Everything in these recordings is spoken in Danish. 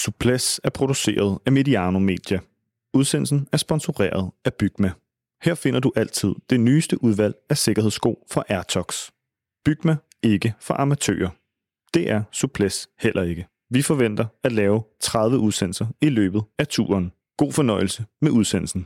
Souplesse er produceret af Mediano Media. Udsendelsen er sponsoreret af Bygma. Her finder du altid det nyeste udvalg af sikkerhedssko fra Airtox. Bygma ikke for amatører. Det er Souplesse heller ikke. Vi forventer at lave 30 udsendelser i løbet af turen. God fornøjelse med udsendelsen.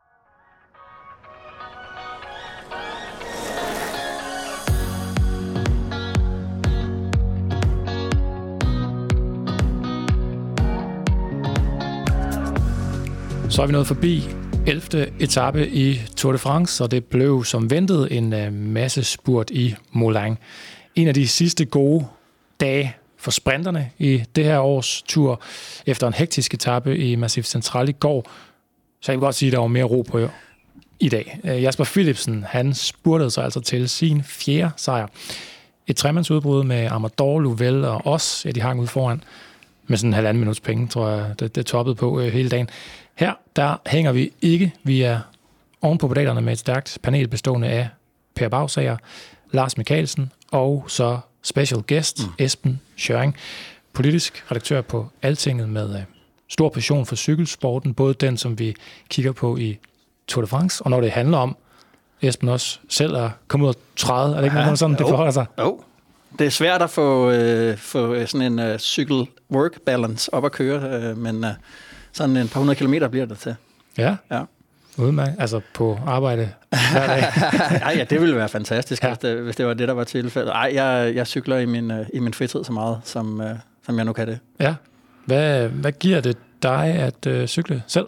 Så er vi nået forbi 11. etape i Tour de France, og det blev som ventet en masse spurt i Moulin. En af de sidste gode dage for sprinterne i det her års tur, efter en hektisk etape i Massif Central i går, så jeg vil godt sige, at der var mere ro på i dag. Jasper Philipsen, han spurtede sig altså til sin 4. sejr. Et tremandsudbrud med Amador, Louvel og os, ja, de hang ud foran med sådan 1,5 minuts penge, tror jeg, det toppede på hele dagen. Her, der hænger vi ikke. Vi er oven på pedalerne med et stærkt panel bestående af Per Bagsager, Lars Michaelsen og så special guest Esben Schøring, politisk redaktør på Altinget med stor passion for cykelsporten, både den, som vi kigger på i Tour de France, og når det handler om, Esben også selv at komme ud og træde. Er det ikke noget sådan, det forholder sig? Jo. Det er svært at få sådan en cykel-work-balance op at køre, men sådan et par 100 kilometer bliver det til. Ja. Udmærket. Altså på arbejde hver dag. Ja, det ville være fantastisk, hvis det var det, der var tilfældet. Jeg cykler i min fritid så meget, som jeg nu kan det. Ja. Hvad giver det dig at cykle selv?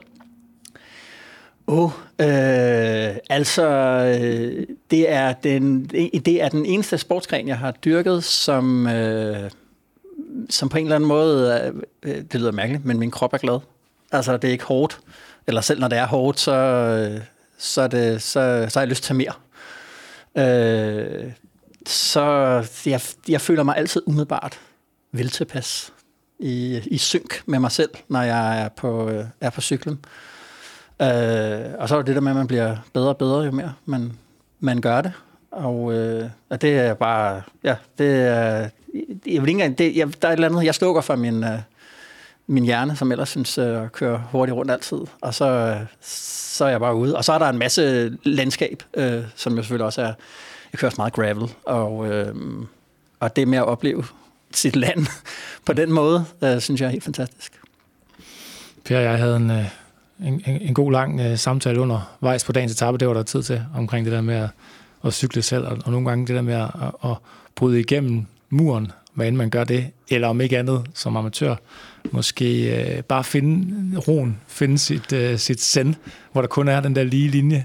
Det er den eneste sportsgren, jeg har dyrket, som på en eller anden måde, det lyder mærkeligt, men min krop er glad. Altså, det er ikke hårdt. Eller selv når det er hårdt, så har jeg lyst til mere. Jeg føler mig altid umiddelbart veltilpas i synk med mig selv, når jeg er på cyklen. Og så er det der med, at man bliver bedre og bedre, jo mere man gør det. Og det er bare, ja, det er, jeg vil ikke engang, der er et eller andet, jeg slukker for min hjerne, som ellers synes at køre hurtigt rundt altid. Og så er jeg bare ude. Og så er der en masse landskab, som jo selvfølgelig også er, jeg kører så meget gravel, og det med at opleve sit land på den måde, synes jeg er helt fantastisk. Per og jeg havde en god lang samtale undervejs på dagens etape, det var der tid til, omkring det der med at cykle selv, og nogle gange det der med at bryde igennem muren, hvad end man gør det, eller om ikke andet som amatør, måske bare finde roen, finde sit send, hvor der kun er den der lige linje,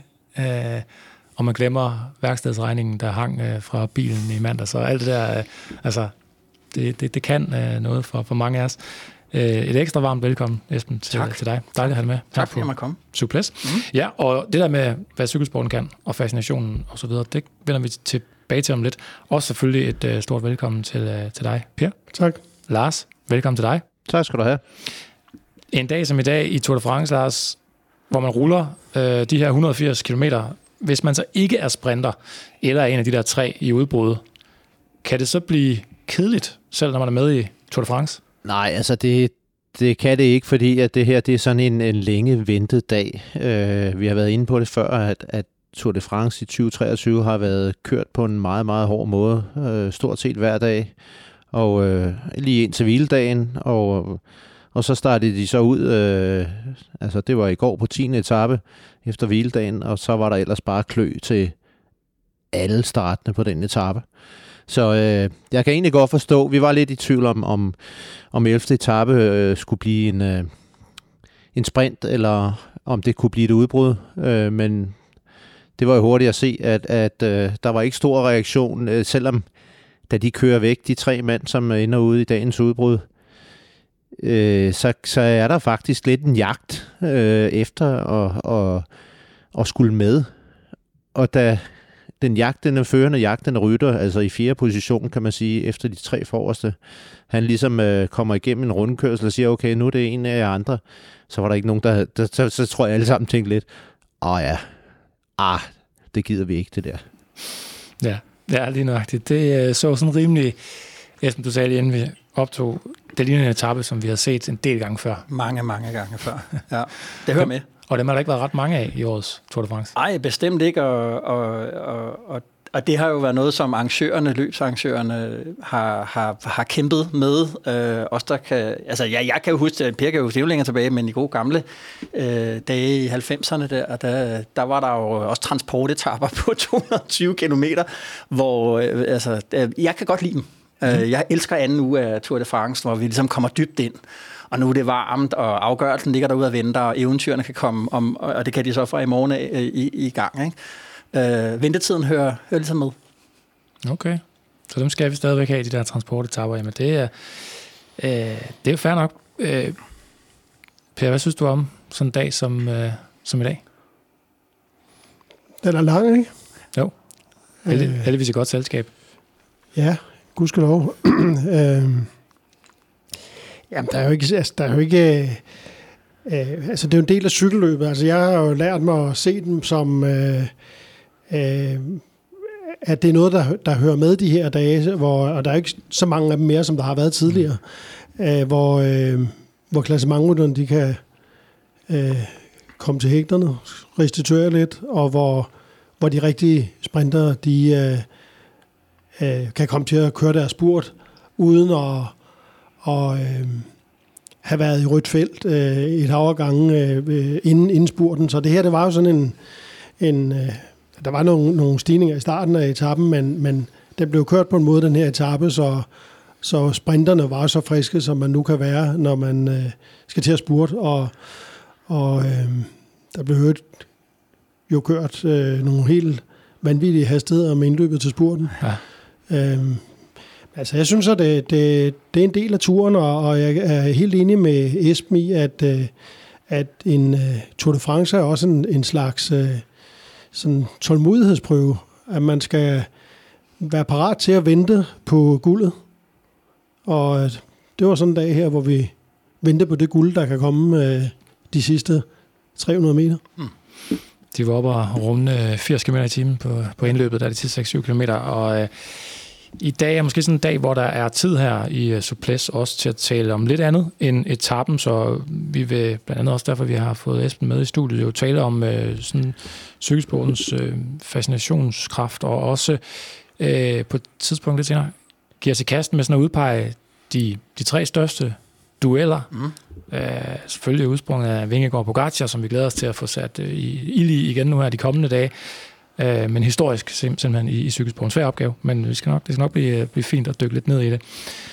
og man glemmer værkstedsregningen, der hang fra bilen i mandag, så alt det der, altså, det kan noget for mange af os. Et ekstra varmt velkommen, Esben, til dig. Dejligt at have dig med. Tak for at jeg komme. Souplesse. Ja, og det der med, hvad cykelsporten kan, og fascinationen og så videre, det vender vi tilbage til om lidt. Også selvfølgelig et stort velkommen til dig, Per. Tak. Lars, velkommen til dig. Tak skal du have. En dag som i dag i Tour de France, Lars, hvor man ruller de her 180 kilometer. Hvis man så ikke er sprinter, eller er en af de der 3 i udbrud, kan det så blive kedeligt, selv når man er med i Tour de France? Nej, altså det kan det ikke, fordi at det her det er sådan en længe ventet dag. Vi har været inde på det før, at Tour de France i 2023 har været kørt på en meget, meget hård måde, stort set hver dag, og lige ind til hviledagen, og så startede de så ud, altså det var i går på 10. etape efter hviledagen, og så var der ellers bare klø til alle startene på den etape. Så jeg kan egentlig godt forstå, vi var lidt i tvivl om 11. etape skulle blive en sprint, eller om det kunne blive et udbrud, men det var jo hurtigt at se, at der var ikke stor reaktion, selvom da de kører væk, de 3 mænd, som ender ude i dagens udbrud, så er der faktisk lidt en jagt efter at skulle med. Og da den førende jagtende rytter, altså i 4. position, kan man sige, efter de 3 forreste, han ligesom kommer igennem en rundkørsel og siger, okay, nu er det en af jer andre, så var der ikke nogen, så tror jeg alle sammen tænkte lidt, det gider vi ikke, det der. Ja, lige nøjagtigt. Det så sådan rimelig, Esben, du sagde lige inden vi optog, Det ligner en etape, som vi har set en del gange før. Mange gange før. Ja, det hører med. Og dem har der ikke været ret mange af i årets Tour de France. Nej, bestemt ikke, og det har jo været noget, som løbsarrangørerne har kæmpet med. Også der kan, altså jeg kan jo huske, Per kan jo huske, det er jo længere tilbage, men i gode gamle dage i 90'erne der var der jo også transportetapper på 220 kilometer, hvor jeg kan godt lide dem. Jeg elsker anden uge af Tour de France, hvor vi ligesom kommer dybt ind. Og nu er det varmt, og afgørelsen ligger derude og venter, og eventyrene kan komme, og det kan de så fra i morgen i gang. Ikke? Ventetiden hører ligesom med. Okay, så dem skal vi stadigvæk have, de der transportetapper. Jamen det er jo fair nok. Per, hvad synes du om sådan en dag som i dag? Den er lang, ikke? Jo, heldigvis et godt selskab. Ja, gudskelov. Jamen, der er jo ikke altså det er jo en del af cykelløbet. Altså jeg har jo lært mig at se dem som at det er noget, der hører med de her dage, og der er ikke så mange af dem mere, som der har været tidligere, hvor klassementrytterne, de kan komme til hægterne, restituere lidt, og hvor de rigtige sprinter, de kan komme til at køre deres spurt, uden at have været i rødt felt et hav af gange inden spurten. Så det her, det var jo sådan der var nogle stigninger i starten af etappen, men den blev kørt på en måde, den her etape, så sprinterne var så friske, som man nu kan være, når man skal til at spurte. Og der blev jo kørt nogle helt vanvittige hastigheder med indløbet til spurten. Ja. Altså, jeg synes, at det er en del af turen, og jeg er helt enig med Esben i, at en Tour de France er også en slags sådan tålmodighedsprøve, at man skal være parat til at vente på guldet. Og det var sådan en dag her, hvor vi venter på det guld, der kan komme de sidste 300 meter. De var oppe og runde 80 km i timen på indløbet, der er de sidste 6-7 km, og i dag er måske sådan en dag, hvor der er tid her i Souplesse også til at tale om lidt andet end etappen, så vi vil blandt andet også derfor, vi har fået Esben med i studiet, jo tale om sådan cykelsportens fascinationskraft, og også på et tidspunkt lidt senere giver os i kasten med sådan at udpege de 3 største dueller. Selvfølgelig udsprunget af Vingegaard og Pogačar, som vi glæder os til at få sat i ild i igen nu her de kommende dage. Men historisk simpelthen i cykelsporten. Svær opgave, men det skal nok blive fint at dykke lidt ned i det.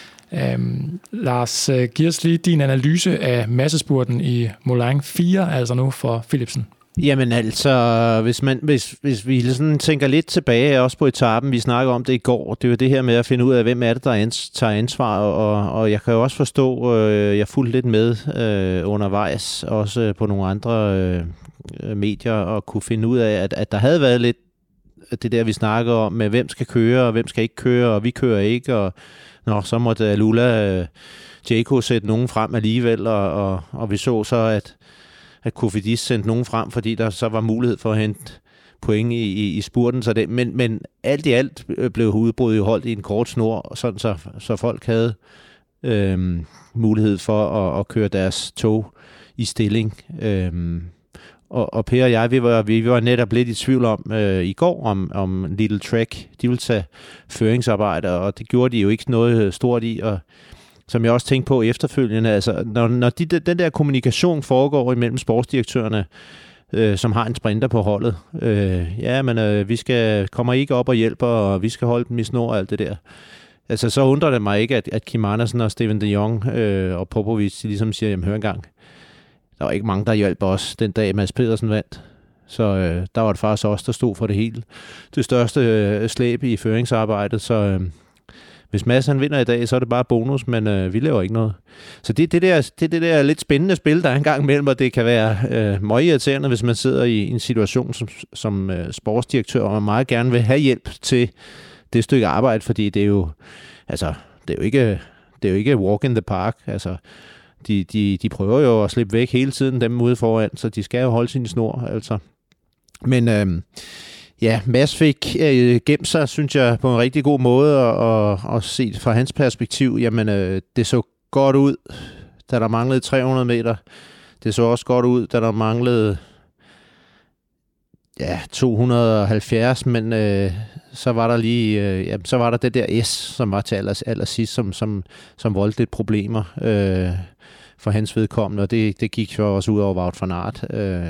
Lars, giv os lige din analyse af massespurten i Moulin 4, altså nu for Philipsen. Jamen altså, hvis vi sådan tænker lidt tilbage også på etappen, vi snakkede om det i går, det er jo det her med at finde ud af, hvem er det, der tager ansvar, og jeg kan jo også forstå, jeg fulgte lidt med undervejs, også på nogle andre medier, og kunne finde ud af, at der havde været lidt det der, vi snakker om, med hvem skal køre, og hvem skal ikke køre, og vi kører ikke, og så måtte Alula Jayco sætte nogen frem alligevel, og vi så at Cofidis sendte nogen frem, fordi der så var mulighed for at hente point i spurten. Så men alt i alt blev udbruddet jo holdt i en kort snor, sådan så folk havde mulighed for at køre deres tog i stilling. Og Per og jeg, vi var netop lidt i tvivl om i går, om Little Trek, de ville tage føringsarbejde, og det gjorde de jo ikke noget stort i, og som jeg også tænkte på efterfølgende, altså når den der kommunikation foregår imellem sportsdirektørerne, som har en sprinter på holdet, vi kommer ikke op og hjælper, og vi skal holde dem i snor og alt det der. Altså så undrer det mig ikke, at Kim Andersen og Steven de Jong og Popovic ligesom siger, jamen hør engang, der var ikke mange, der hjalp os den dag, Mads Pedersen vandt. Så der var det faktisk os, der stod for det hele. Det største slæb i føringsarbejdet, så hvis Mads han vinder i dag, så er det bare bonus, men vi laver ikke noget. Så det er det der lidt spændende spil, der er en gang imellem, og det kan være møgirriterende, hvis man sidder i en situation som sportsdirektør, og man meget gerne vil have hjælp til det stykke arbejde, fordi det er jo ikke walk in the park. Altså, de prøver jo at slippe væk hele tiden, dem ude foran, så de skal jo holde sin snor. Altså. Men Mads fik gemt sig, synes jeg, på en rigtig god måde, og set fra hans perspektiv, jamen, det så godt ud, da der manglede 300 meter. Det så også godt ud, da der manglede 270, men så var der lige, så var der det der S, som var til allersidst, som voldte lidt problemer for hans vedkommende, og det gik jo også ud over Wout van Aert.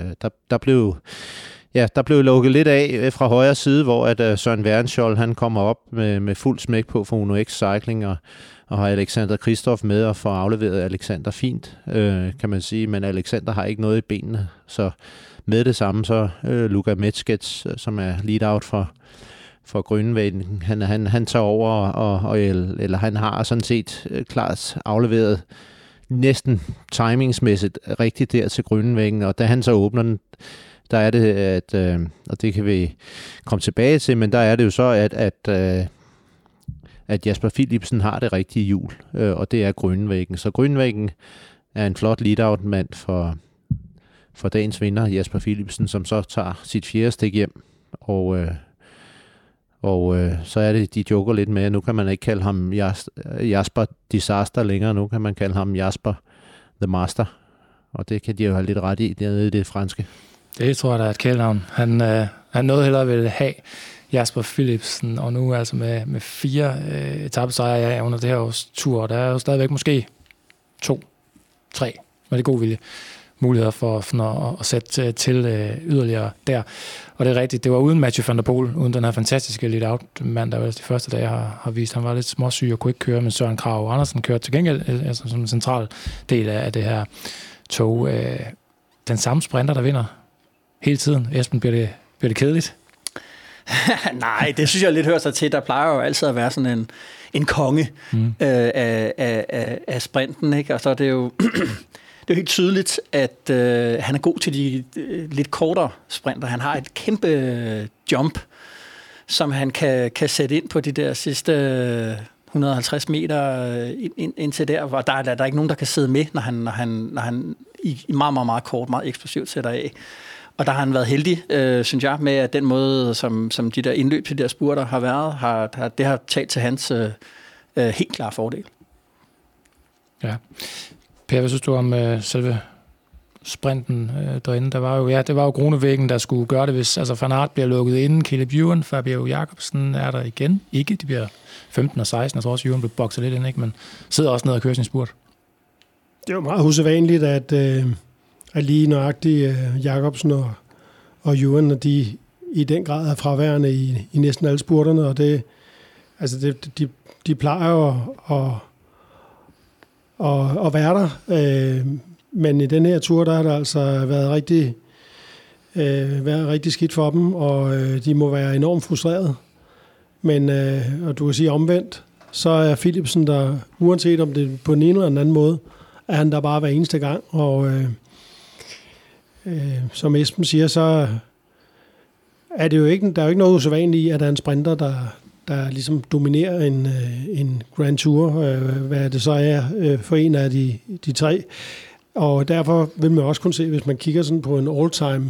Der blev lukket lidt af fra højre side, hvor at Søren Wernskjold, han kommer op med fuld smæk på for Uno X Cycling, og har Alexander Kristoff med og får afleveret Alexander fint, kan man sige, men Alexander har ikke noget i benene, så med det samme så Luka Metskets, som er lead-out for Grønnevæggen, han tager over, eller han har sådan set klart afleveret næsten timingsmæssigt rigtigt der til Grønnevæggen, og da han så åbner den, der er det, at, og det kan vi komme tilbage til, men der er det jo så, at Jasper Philipsen har det rigtige hjul, og det er Grønnevæggen. Så Grønnevæggen er en flot lead-out-mand for dagens vinder, Jasper Philipsen, som så tager sit 4. stik hjem, og så er det, de joker lidt med, nu kan man ikke kalde ham Jasper Disaster længere, nu kan man kalde ham Jasper The Master, og det kan de jo have lidt ret i dernede i det franske. Det tror jeg, der er et kælenavn. Han noget hellere vil have Jasper Philipsen, og nu altså med 4 etapesejre under det her års tur. Der er jo stadigvæk måske 2-3 med det gode vilje muligheder for at sætte til yderligere der. Og det er rigtigt, det var uden Mathieu van der Poel, uden den her fantastiske lead-out-mand, der var de første dage har vist, han var lidt småsyg og kunne ikke køre, men Søren Kragh Andersen kørte til gengæld altså som en central del af det her tog. Den samme sprinter, der vinder hele tiden. Esben, bliver det kedeligt? Nej, det synes jeg lidt hører sig til. Der plejer jo altid at være sådan en konge af sprinten, ikke? Og så er det jo det er jo helt tydeligt, at han er god til de lidt kortere sprinter. Han har et kæmpe jump, som han kan sætte ind på de der sidste 150 meter indtil der, hvor der er ikke nogen, der kan sidde med, når han i meget, meget, meget kort, meget eksplosivt sætter af. Og der har han været heldig, synes jeg, med at den måde, som de der indløb til de der spurter har været, det har talt til hans helt klare fordel. Ja. Per, hvad synes du om selve sprinten derinde? Det var jo Groenewegen, der skulle gøre det, hvis Van Aert bliver lukket inden. Caleb Ewan, Fabio Jacobsen er der igen. Ikke, de bliver 15 og 16. Jeg tror også, Ewan blev bokset lidt ind, ikke? Men sidder også ned og kører sin spurt. Det er jo meget usædvanligt, at lige nøjagtigt Jacobsen og Ewan, og de i den grad er fraværende i næsten alle spurterne, og de plejer jo at være der. Men i den her tur, der har det altså været rigtig skidt for dem, og de må være enormt frustrerede. Men, og du kan sige omvendt, så er Philipsen der, uanset om det på en eller anden måde, er han der bare hver eneste gang. Og som Esben siger, så er det jo ikke, der er jo ikke noget usædvanligt i, at der er en sprinter, der ligesom dominerer en Grand Tour, hvad det så er for en af de 3. Og derfor vil man også kunne se, hvis man kigger sådan på en all-time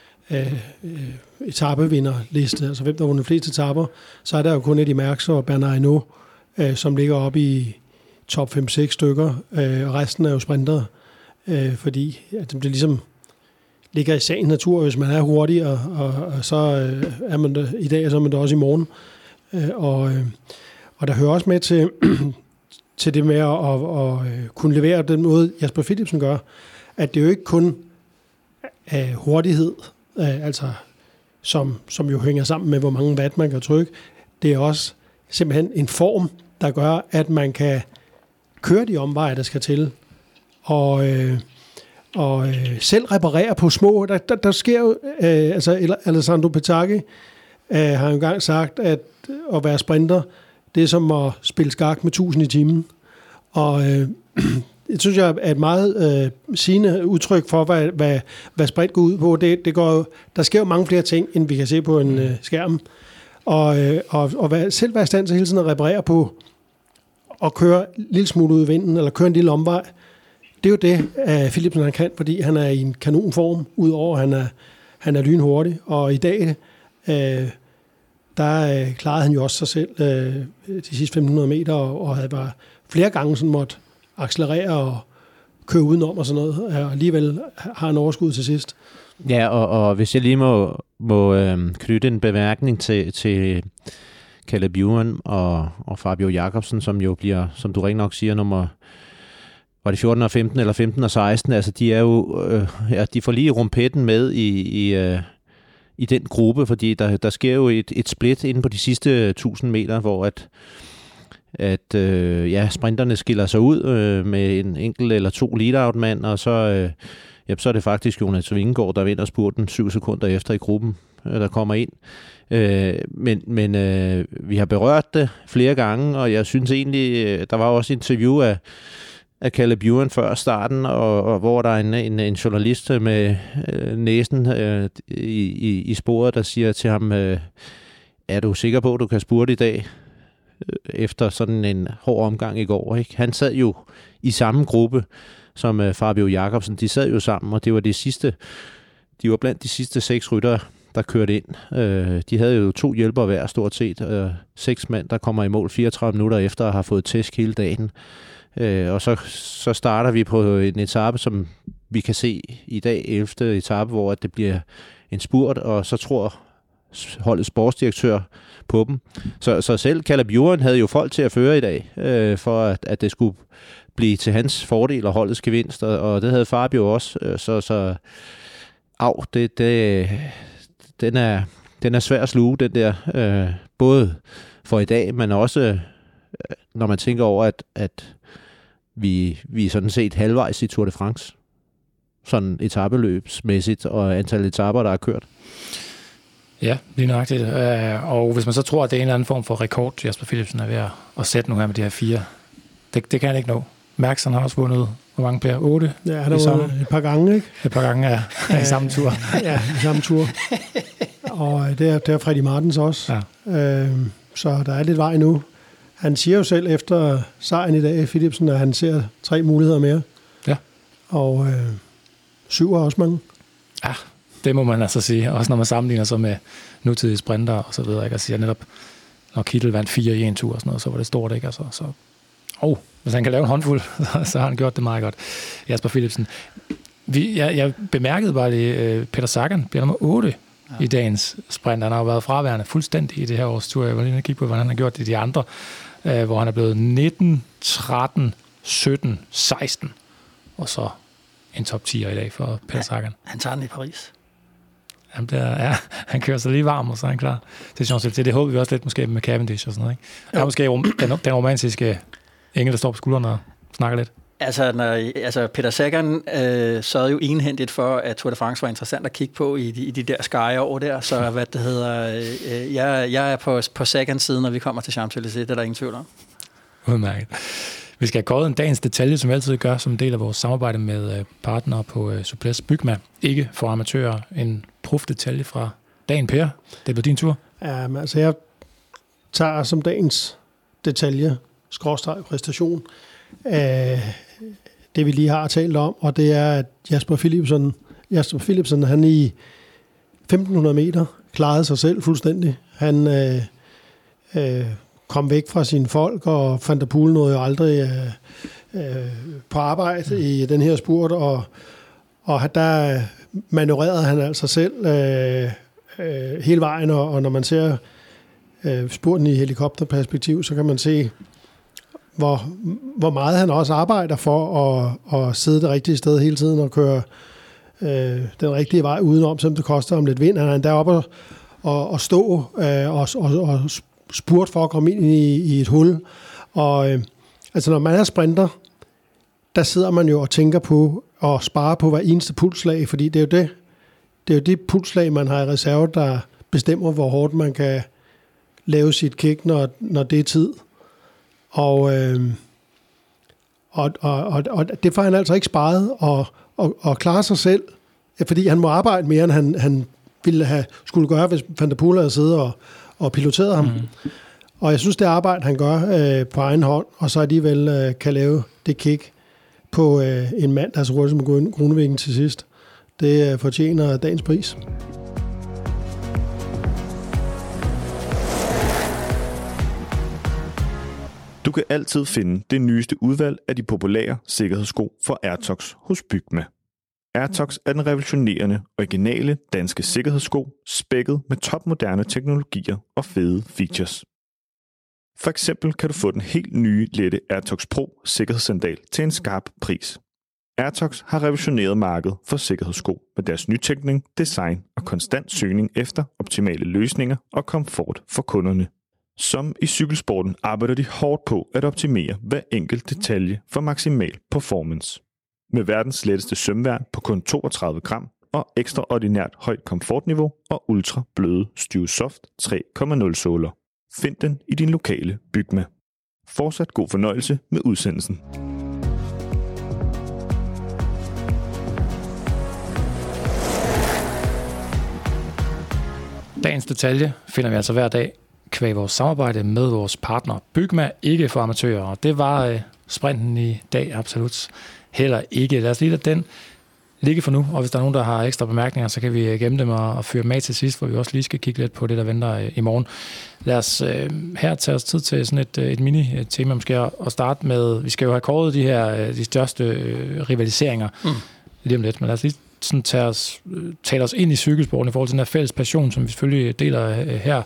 etapevinderliste, altså hvem der vundet flest etaper, så er der jo kun Eddy Merckx og Bernard Hinault, som ligger oppe i top 5-6 stykker, og resten er jo sprintere, fordi at det ligesom ligger i sagens natur, hvis man er hurtig, og så er man det i dag, og så er man det også i morgen. Og der hører også med til det med at kunne levere den måde, Jasper Philipsen gør, at det jo ikke kun er hurtighed, altså som jo hænger sammen med, hvor mange watt man kan trykke. Det er også simpelthen en form, der gør, at man kan køre de omveje, der skal til, og selv reparere på små. Der sker jo, Alessandro Petacchi har engang sagt, at være sprinter, det er som at spille skak med 1000 i timen. Og det synes jeg er et meget sigende udtryk for, hvad sprint går ud på. Det går, der sker jo mange flere ting, end vi kan se på en skærm. Og selv være i stand til hele tiden at reparere på og køre en lille smule ud i vinden, eller køre en lille omvej, det er jo det, Philipsen han kan, fordi han er i en kanonform, udover han er lynhurtig. Og i dag, der klarede han jo også sig selv de sidste 1500 meter, og havde bare flere gange sådan måtte accelerere og køre udenom og sådan noget, og alligevel har en overskud til sidst. Ja, og hvis jeg lige må knytte en bemærkning til Caleb Ewan og Fabio Jakobsen, som jo bliver, som du rigtig nok siger, nummer var det 14 og 15 eller 15 og 16, altså de er jo, de får lige rumpetten med i den gruppe, fordi der sker jo et split inde på de sidste 1000 meter, hvor at sprinterne skiller sig ud med en enkelt eller to lead-out-mand, og så er det faktisk Jonas Vingegaard, der vinder spurten 7 sekunder efter i gruppen, der kommer ind. Men vi har berørt det flere gange, og jeg synes egentlig, der var også et interview af Caleb Ewan før starten, og hvor der er en journalist med næsen i sporet, der siger til ham, er du sikker på, at du kan spurte i dag? Efter sådan en hård omgang i går. Ikke? Han sad jo i samme gruppe som Fabio Jakobsen. De sad jo sammen, og det var de var blandt de sidste 6 ryttere, der kørte ind. De havde jo 2 hjælpere hver stort set. 6 mand, der kommer i mål 34 minutter efter at have fået tæsk hele dagen. Og så starter vi på en etape, som vi kan se i dag, 11. etape, hvor det bliver en spurt, og så tror holdets sportsdirektør på dem. Så selv Caleb Ewan havde jo folk til at føre i dag, for at det skulle blive til hans fordel og holdets gevinst, og det havde Fabio også. Den er svær at sluge, den der, både for i dag, men også når man tænker over, at vi er sådan set halvvejs i Tour de France. Sådan etapeløbsmæssigt, og antal etaper, der er kørt. Ja, lige nøjagtigt. Og hvis man så tror, at det er en eller anden form for rekord, Jasper Philipsen er ved at sætte nu her med de her 4, det kan han ikke nå. Mærks, han har også vundet, hvor mange Per? 8? Ja, han har vundet et par gange, ikke? Et par gange, ja. I samme tur. Ja, i samme tur. Og det er Freddy Martens også. Ja. Så der er lidt vej nu. Han siger jo selv efter sejren i dag, Philipsen, at han ser 3 muligheder mere. Ja. Og 7 er også mange. Ja, det må man altså sige. Også når man sammenligner sig med nutidige sprinter og så videre. Ikke? Jeg siger netop, når Kittel vandt 4 i en tur og sådan noget, så var det stort, ikke? Altså, hvis han kan lave en håndfuld, så har han gjort det meget godt. Jasper Philipsen. Jeg bemærkede bare det, Peter Sagan bliver nummer 8 i dagens sprint. Han har jo været fraværende fuldstændig i det her års tur. Jeg var lige kigge på, hvordan han har gjort det i de andre, hvor han er blevet 19, 13, 17, 16, og så en top 10'er i dag for Peter Sagan. Han tager den i Paris. Han kører sig lige varm, og så er han klar til Champs-Élysées. Det håber vi også lidt måske med Cavendish og sådan noget. Ikke? Der er måske den romantiske engel, der står på skuldrene og snakker lidt. Altså Peter Sagan sørgede jo enhændigt for, at Tour de France var interessant at kigge på i de der Sky-år der, så hvad det hedder, jeg er på Sagans side, når vi kommer til Champs-Élysées, det er der ingen tvivl om. Udmærket. Vi skal have kåret en dagens detalje, som vi altid gør, som en del af vores samarbejde med partnere på Souplesse Bygma. Ikke for amatører, en profdetalje fra dagen, Per. Det bliver din tur. Ja, altså jeg tager som dagens detalje, /præstation, det vi lige har talt om, og det er, at Jasper Philipsen, han i 1500 meter klarede sig selv fuldstændig. Han kom væk fra sine folk, og Van der Poel nåede jo aldrig på arbejde i den her spurt, og der manøvrerede han altså selv hele vejen, og når man ser spurten i helikopterperspektiv, så kan man se, hvor meget han også arbejder for at sidde det rigtige sted hele tiden og køre den rigtige vej udenom, selvom det koster ham lidt vind. Han er deroppe og stå og spurt for at komme ind i et hul. Og altså når man er sprinter, der sidder man jo og tænker på at spare på hver eneste pulsslag, fordi det er jo det pulsslag, man har i reserve, der bestemmer, hvor hårdt man kan lave sit kick, når det er tid. Og det får han altså ikke sparet og klare sig selv, fordi han må arbejde mere, end han ville skulle gøre, hvis Van der Poel havde siddet og piloteret ham. Mm. Og jeg synes, det arbejde, han gør på egen hånd, og så alligevel kan lave det kick på en mand, der er så hurtigt som Groenewegen til sidst, det fortjener dagens pris. Du Du kan altid finde det nyeste udvalg af de populære sikkerhedssko for Airtox hos Bygma. Airtox er den revolutionerende, originale danske sikkerhedssko, spækket med topmoderne teknologier og fede features. For eksempel kan du få den helt nye lette Airtox Pro sikkerhedssandal til en skarp pris. Airtox har revolutioneret markedet for sikkerhedssko med deres nytænkning, design og konstant søgning efter optimale løsninger og komfort for kunderne. Som i cykelsporten arbejder de hårdt på at optimere hver enkelt detalje for maksimal performance. Med verdens letteste sømværn på kun 32 gram og ekstraordinært højt komfortniveau og ultra bløde StuSoft 3.0 såler. Find den i din lokale Bygma. Fortsat god fornøjelse med udsendelsen. Dagens detalje finder vi altså hver dag kvæg vores samarbejde med vores partner Bygma, ikke for amatører. Og det var sprinten i dag absolut heller ikke. Lad os lige lade den ligge for nu, og hvis der er nogen, der har ekstra bemærkninger, så kan vi gemme dem og føre dem af til sidst, hvor vi også lige skal kigge lidt på det, der venter i morgen. Lad os her tage os tid til sådan et mini-tema måske at starte med. Vi skal jo have kåret de største rivaliseringer lige om lidt, men lad os lige sådan tale os ind i cykelsporten i forhold til den her fælles passion, som vi selvfølgelig deler her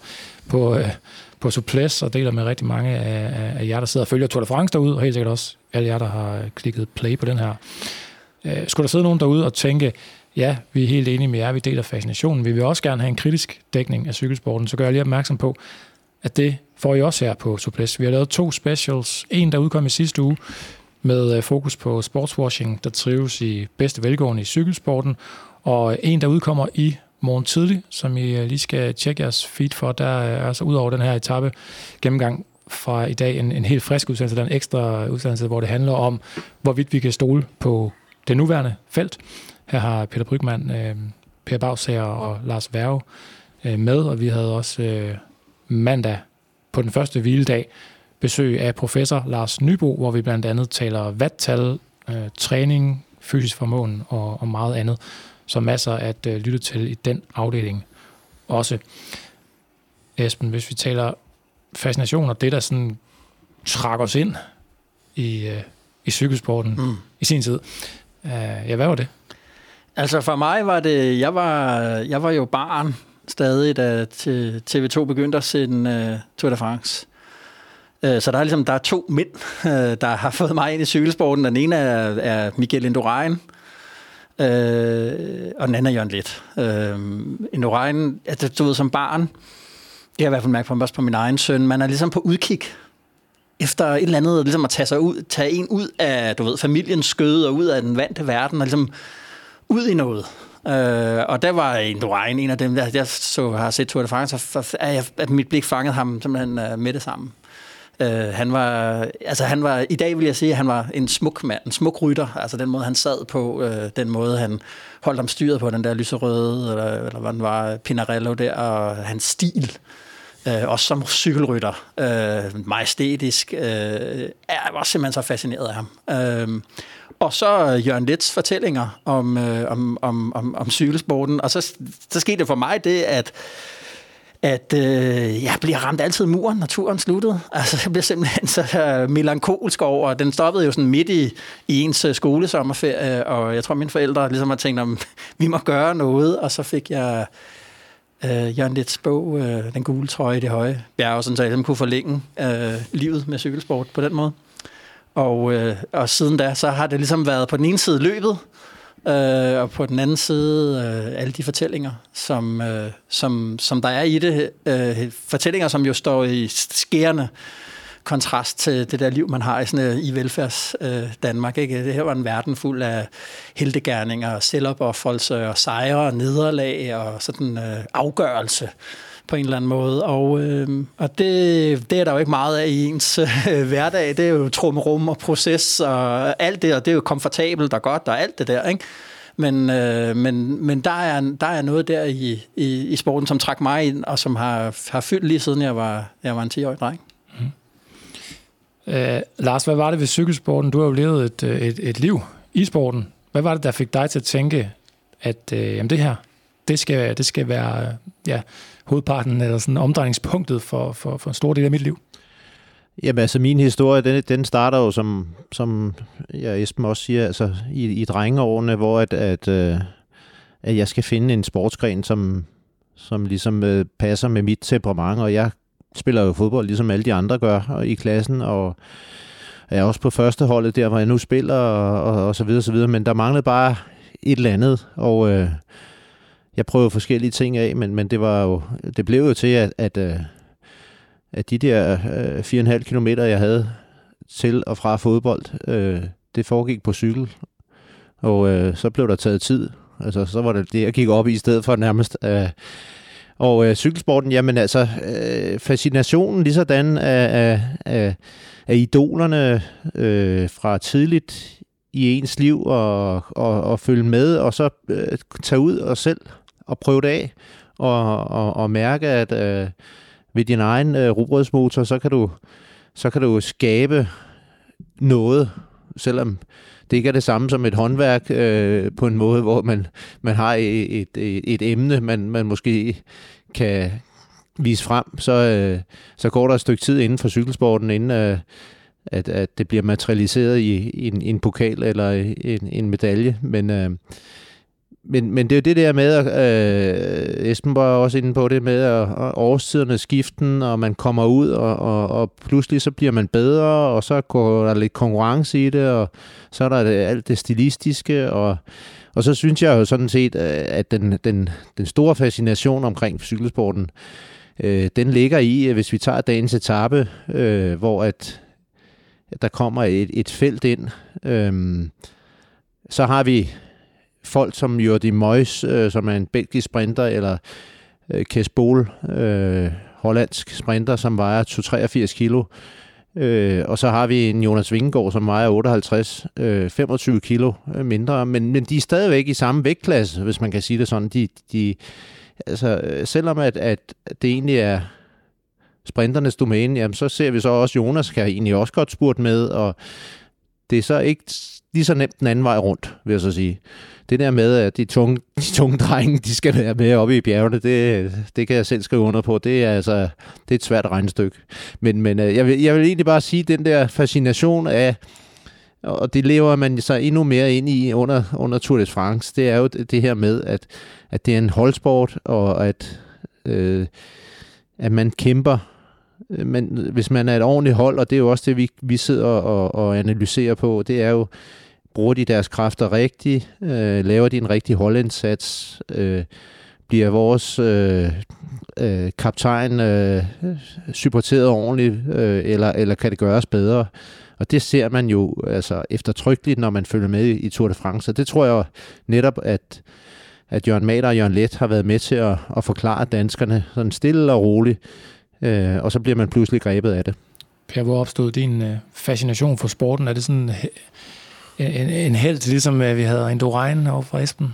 på Suples og deler med rigtig mange af jer, der sidder og følger Tour de France derude, og helt sikkert også alle jer, der har klikket play på den her. Skulle der sidde nogen derude og tænke, ja, vi er helt enige med jer, vi deler fascinationen, vi vil også gerne have en kritisk dækning af cykelsporten, så gør jeg lige opmærksom på, at det får I også her på Suples. Vi har lavet 2 specials, en der udkom i sidste uge, med fokus på sportswashing, der trives i bedste velgående i cykelsporten, og en, der udkommer i morgen tidlig, som I lige skal tjekke jeres feed for. Der er altså ud over den her etape gennemgang fra i dag en helt frisk udsendelse, der er en ekstra udsendelse, hvor det handler om, hvorvidt vi kan stole på det nuværende felt. Her har Peter Brygmann, Per Baugsager og Lars Værge med, og vi havde også mandag på den første hviledag besøg af professor Lars Nybo, hvor vi blandt andet taler watttal, træning, fysisk formåen og meget andet. Så masser at lytte til i den afdeling også. Esben, hvis vi taler fascination og det, der sådan trak os ind i cykelsporten i sin tid. Ja, hvad var det? Altså for mig var det, jeg var jo barn stadig, da TV2 begyndte at sende Tour de France. Så der er 2 mænd, der har fået mig ind i cykelsporten. Den ene er Miguel Indurain, og den anden er Jørgen Leth. Indurain, du ved, som barn, jeg har i hvert fald mærket også på min egen søn, man er ligesom på udkig efter et eller andet, ligesom at tage en ud af, du ved, familiens skøde og ud af den vante verden, og ligesom ud i noget. Og der var Indurain en af dem, jeg har set Tour de France, at mit blik fangede ham simpelthen med det samme. Han var, i dag vil jeg sige, at han var en smuk mand, en smuk rytter. Altså den måde, han sad på, den måde, han holdt ham styret på, den der lyserøde, eller hvad den var, Pinarello der, og hans stil, også som cykelrytter, majestætisk, jeg var simpelthen så fascineret af ham. Og så Jørgen Leths fortællinger om cykelsporten, og så skete det for mig det, at jeg bliver ramt altid muren, når turen sluttede. Altså, jeg bliver simpelthen så melankolsk over. Den stoppede jo sådan midt i ens skolesommerferie, og jeg tror, mine forældre ligesom har tænkt, om vi må gøre noget, og så fik jeg Jørgen Leths bog, Den gule trøje i det høje bjerg, sådan så jeg kunne forlænge livet med cykelsport på den måde. Og siden da, så har det ligesom været på den ene side løbet, og på den anden side alle de fortællinger, som der er i det. Fortællinger, som jo står i skærende kontrast til det der liv, man har i velfærds Danmark. Ikke? Det her var en verden fuld af heltegerninger, selvopoffrelse og sejre og nederlag og sådan afgørelse på en eller anden måde. Og det er der jo ikke meget af i ens hverdag. Det er jo trummerum og proces og alt det, og det er jo komfortabelt og godt og alt det der, ikke? Men der er noget der i sporten, som trak mig ind, og som har fyldt lige siden jeg var en 10-årig dreng. Lars, hvad var det ved cykelsporten? Du har jo levet et liv i sporten. Hvad var det, der fik dig til at tænke, at jamen det her, det skal være hovedparten eller sådan omdrejningspunktet for en stor del af mit liv? Jamen altså min historie, den starter jo som Esben også siger, altså i drengeårene, hvor at jeg skal finde en sportsgren, som ligesom passer med mit temperament, og jeg spiller jo fodbold, ligesom alle de andre gør i klassen, og er også på første holdet der, hvor jeg nu spiller, og så videre, så videre, men der manglede bare et eller andet, og jeg prøvede forskellige ting af, men det blev jo til, at de der 4,5 kilometer, jeg havde til og fra fodbold, det foregik på cykel, og så blev der taget tid. Altså, så var det, jeg gik op i stedet for nærmest. Og cykelsporten, jamen altså, fascinationen lige sådan af idolerne fra tidligt i ens liv og følge med, og så tage ud og selv og prøve det af, og mærke, at ved din egen rugbrødsmotor, så kan du skabe noget, selvom det ikke er det samme som et håndværk på en måde, hvor man har et emne, man måske kan vise frem, så går der et stykke tid inden for cykelsporten, inden at det bliver materialiseret i en pokal eller en medalje. Men det er jo det der med, Esben var også inde på det med, at årstiderne skiften, og man kommer ud, og pludselig så bliver man bedre, og så går der lidt konkurrence i det, og så er der alt det stilistiske, og så synes jeg jo sådan set, at den store fascination omkring cykelsporten, den ligger i, hvis vi tager dagens etape, hvor at der kommer et felt ind, så har vi folk som Jordi Meus, som er en belgisk sprinter, eller Kees Bol, hollandsk sprinter, som vejer 283 kilo. Og så har vi en Jonas Vingegaard, som vejer 58, 25 kilo mindre. Men de er stadigvæk i samme vægtklasse, hvis man kan sige det sådan. Altså, selvom at det egentlig er sprinternes domæne, jamen, så ser vi så også, Jonas kan egentlig også godt spurte med, og det er så ikke lige så nemt den anden vej rundt, vil jeg så sige. Det der med, at de tunge drenge, de skal være med oppe i bjergene, det kan jeg selv skrive under på. Det er et svært regnestykke. Men jeg vil egentlig bare sige, den der fascination af, og det lever man så endnu mere ind i under Tour de France, det er jo det her med, at det er en holdsport, og at man kæmper. Men hvis man er et ordentligt hold, og det er jo også det, vi sidder og analyserer på, det er jo, bruger de deres kræfter rigtigt, laver de en rigtig holdindsats, bliver vores kaptajn supporteret ordentligt, eller kan det gøres bedre? Og det ser man jo altså eftertrykkeligt, når man følger med i Tour de France. Og det tror jeg netop, at Jørgen Mader og Jørgen Leth har været med til at forklare danskerne sådan stille og roligt, og så bliver man pludselig grebet af det. Per, hvor opstod din fascination for sporten? Er det sådan en helt, ligesom vi havde Indurain over fra Esben?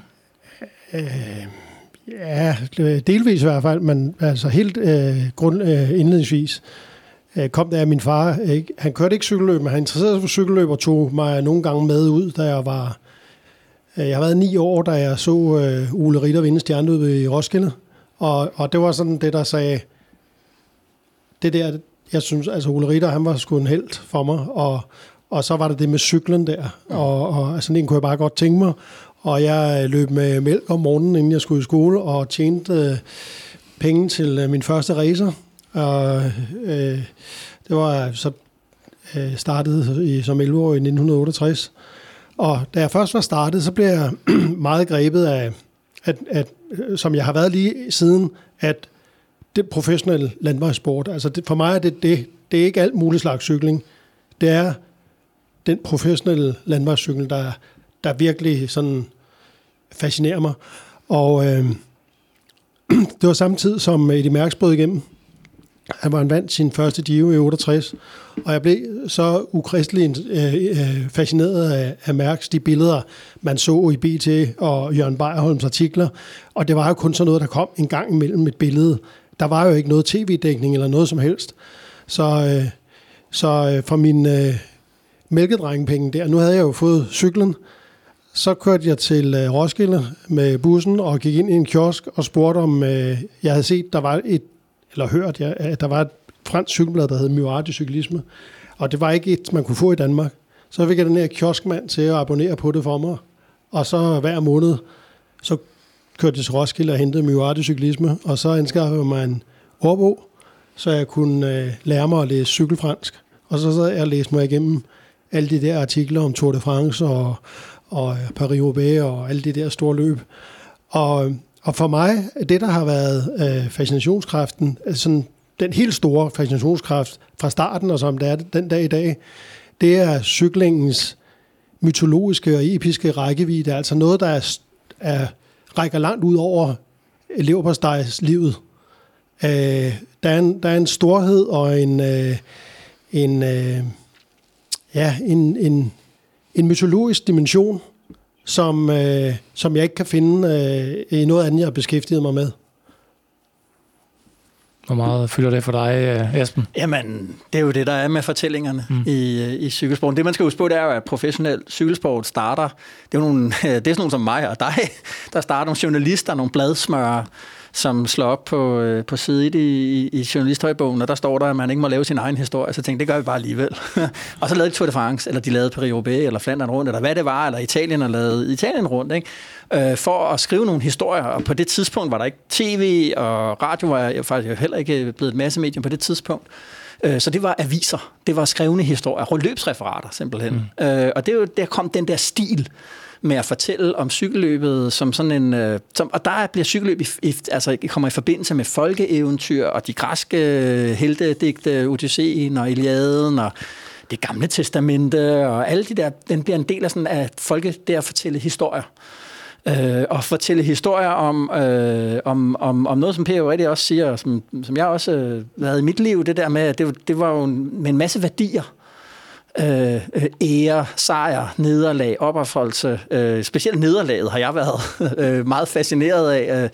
Ja, delvis i hvert fald, men altså helt indledningsvis kom der af min far. Han kørte ikke cykelløb, men han interesserede sig for cykelløb og tog mig nogle gange med ud, da jeg var... Jeg har været 9 år, da jeg så Ole Ritter vinde stjerneløbet i Roskilde, og det var sådan det, der sagde... Det der, jeg synes, altså Ole Ritter, han var sgu en helt for mig, og så var det med cyklen der, og sådan en kunne jeg bare godt tænke mig, og jeg løb med mælk om morgenen, inden jeg skulle i skole, og tjente penge til min første racer, og det var så startet som 11-årig i 1968, og da jeg først var startet, så blev jeg meget grebet af, at som jeg har været lige siden, at det professionelle landvejssport, altså for mig er det er ikke alt muligt slags cykling. Det er den professionelle landvejscykel, der virkelig sådan fascinerer mig. Og det var samtidig som Eddy Merckx brød igennem. Han vandt sin første Giro i 68, og jeg blev så ukristeligt fascineret af Merckx, de billeder, man så i BT og Jørgen Beierholms artikler, og det var jo kun sådan noget, der kom en gang imellem et billede. Der var jo ikke noget tv-dækning eller noget som helst. Så for min mælkedrengepenge der, nu havde jeg jo fået cyklen, så kørte jeg til Roskilde med bussen og gik ind i en kiosk og spurgte om, jeg havde set, der var at der var et fransk cykelblad, der hed Miroir du Cyklisme, og det var ikke et, man kunne få i Danmark. Så fik jeg den her kioskmand til at abonnere på det for mig, og så hver måned, så kørte jeg til Roskilde og hentede Miroir du Cyklisme, og så anskaffede jeg mig en ordbog, så jeg kunne lære mig at læse cykelfransk. Og så sad jeg og læste mig igennem alle de der artikler om Tour de France og Paris-Roubaix og alle de der store løb. Og for mig, det der har været fascinationskraften, altså den helt store fascinationskraft fra starten, og som det er den dag i dag, det er cyklingens mytologiske og episke rækkevidde, altså noget, der rækker langt ud over leverpostejslivet. Der er en storhed og en mytologisk dimension, som jeg ikke kan finde i noget andet, jeg har beskæftiget mig med. Hvor meget fylder det for dig, Esben? Jamen, det er jo det, der er med fortællingerne i cykelsporten. Det, man skal huske på, det er jo, at professionel cykelsport starter. Det er sådan nogle som mig og dig, der starter nogle journalister, nogle bladsmører, som slår op på side 1 i journalisthøjbogen, og der står der, at man ikke må lave sin egen historie. Så tænkte det gør vi bare alligevel. Og så lavede de Tour de France, eller de lavede Paris-Roubaix, eller Flandern rundt, eller hvad det var, eller Italien, og lavede Italien rundt, ikke? For at skrive nogle historier. Og på det tidspunkt var der ikke tv, og radio var faktisk heller ikke blevet et massemedium på det tidspunkt. Så det var aviser. Det var skrevne historier, løbsreferater simpelthen. Og det er jo, der kom den der stil med at fortælle om cykelløbet som sådan en... og der bliver cykelløb kommer i forbindelse med folkeeventyr og de græske heltedigte, Odysseen og Iliaden og det gamle testamente og alle de der... Den bliver en del af sådan af folke der at fortælle historier. Og fortælle historier om noget, som Per jo rigtig også siger, som jeg også havde i mit liv, det der med, at det var jo med en masse værdier. Ære, sejr, nederlag, opofrelse. Specielt nederlaget har jeg været meget fascineret af.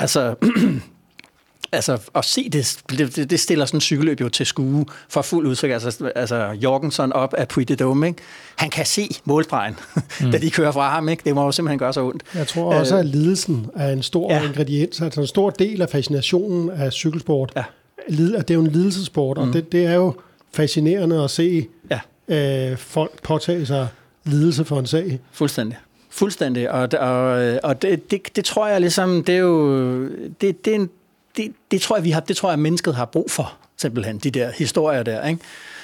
Altså at se det stiller sådan en cykelløb jo til skue for fuld udtryk. Altså Jorgensen op af Puy de Dôme, ikke? Han kan se målstregen, da de kører fra ham, ikke? Det må jo simpelthen gøre så ondt. Jeg tror også, at lidelsen er en stor ingrediens, altså en stor del af fascinationen af cykelsport. Ja. Det er jo en lidelsesport, og det er jo fascinerende at se folk påtage sig lidelse for en sag. Fuldstændig. Og det tror jeg ligesom, det er jo... Det tror jeg, at mennesket har brug for, simpelthen, de der historier der, ikke?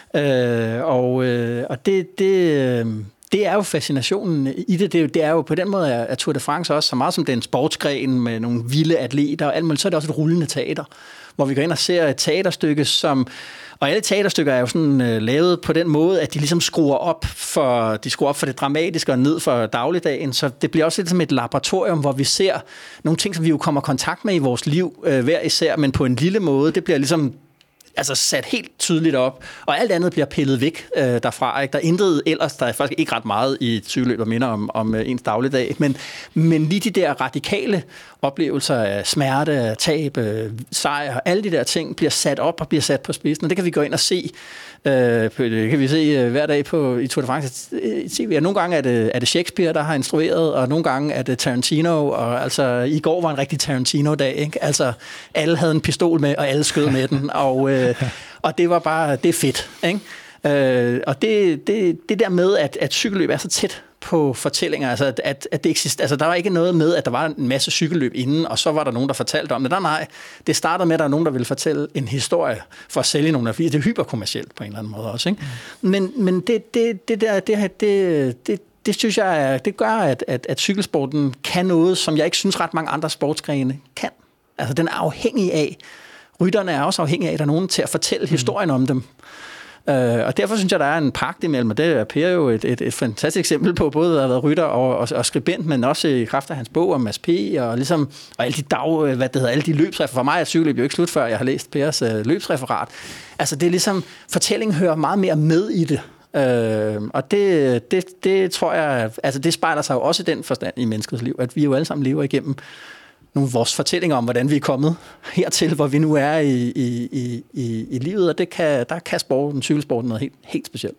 Og det er jo fascinationen i det. Det er jo på den måde, at Tour de France også, så meget som det er en sportsgren med nogle vilde atleter og alt muligt, så er det også et rullende teater, hvor vi går ind og ser et teaterstykke, som... Og alle teaterstykker er jo sådan lavet på den måde, at de ligesom skruer op for det dramatiske og ned for dagligdagen. Så det bliver også lidt som et laboratorium, hvor vi ser nogle ting, som vi jo kommer i kontakt med i vores liv hver især, men på en lille måde. Det bliver ligesom sat helt tydeligt op, og alt andet bliver pillet væk derfra. Ikke? Der er intet ellers, der er faktisk ikke ret meget i et cykelløb, der minder om ens dagligdag, men lige de der radikale oplevelser af smerte, tab, sejr, alle de der ting bliver sat op og bliver sat på spidsen, og det kan vi gå ind og se. Det kan vi se hver dag i Tour de France TV. Nogle gange er det Shakespeare, der har instrueret, og nogle gange er det Tarantino, og altså i går var en rigtig Tarantino-dag, ikke? Altså alle havde en pistol med, og alle skød med den, og det var bare, det er fedt, ikke? Og det der med, at cykelløb er så tæt på fortællinger, altså at det eksisterer. Altså der var ikke noget med, at der var en masse cykelløb inden, og så var der nogen, der fortalte om det. Nej, det startede med, at der er nogen, der ville fortælle en historie for at sælge nogle af det. Det er hyperkommercielt på en eller anden måde også, ikke? Men det synes jeg, det gør, at cykelsporten kan noget, som jeg ikke synes ret mange andre sportsgrene kan. Altså den er afhængig af, rytterne er også afhængige af, at der er nogen til at fortælle historien om dem. Og derfor synes jeg, der er en pagt imellem, og det er Per jo et fantastisk eksempel på, både at have været rytter og skribent, men også i kraft af hans bog om Mads P. og ligesom og alle de løbsreferat. For mig er cykelløb jo ikke slut, før jeg har læst Pers løbsreferat. Altså det er ligesom, fortællingen hører meget mere med i det. Og det tror jeg, altså det spejler sig jo også i den forstand i menneskets liv, at vi jo alle sammen lever igennem nogle af vores fortællinger om, hvordan vi er kommet hertil, hvor vi nu er i livet, og der kan cykelsporten noget helt specielt.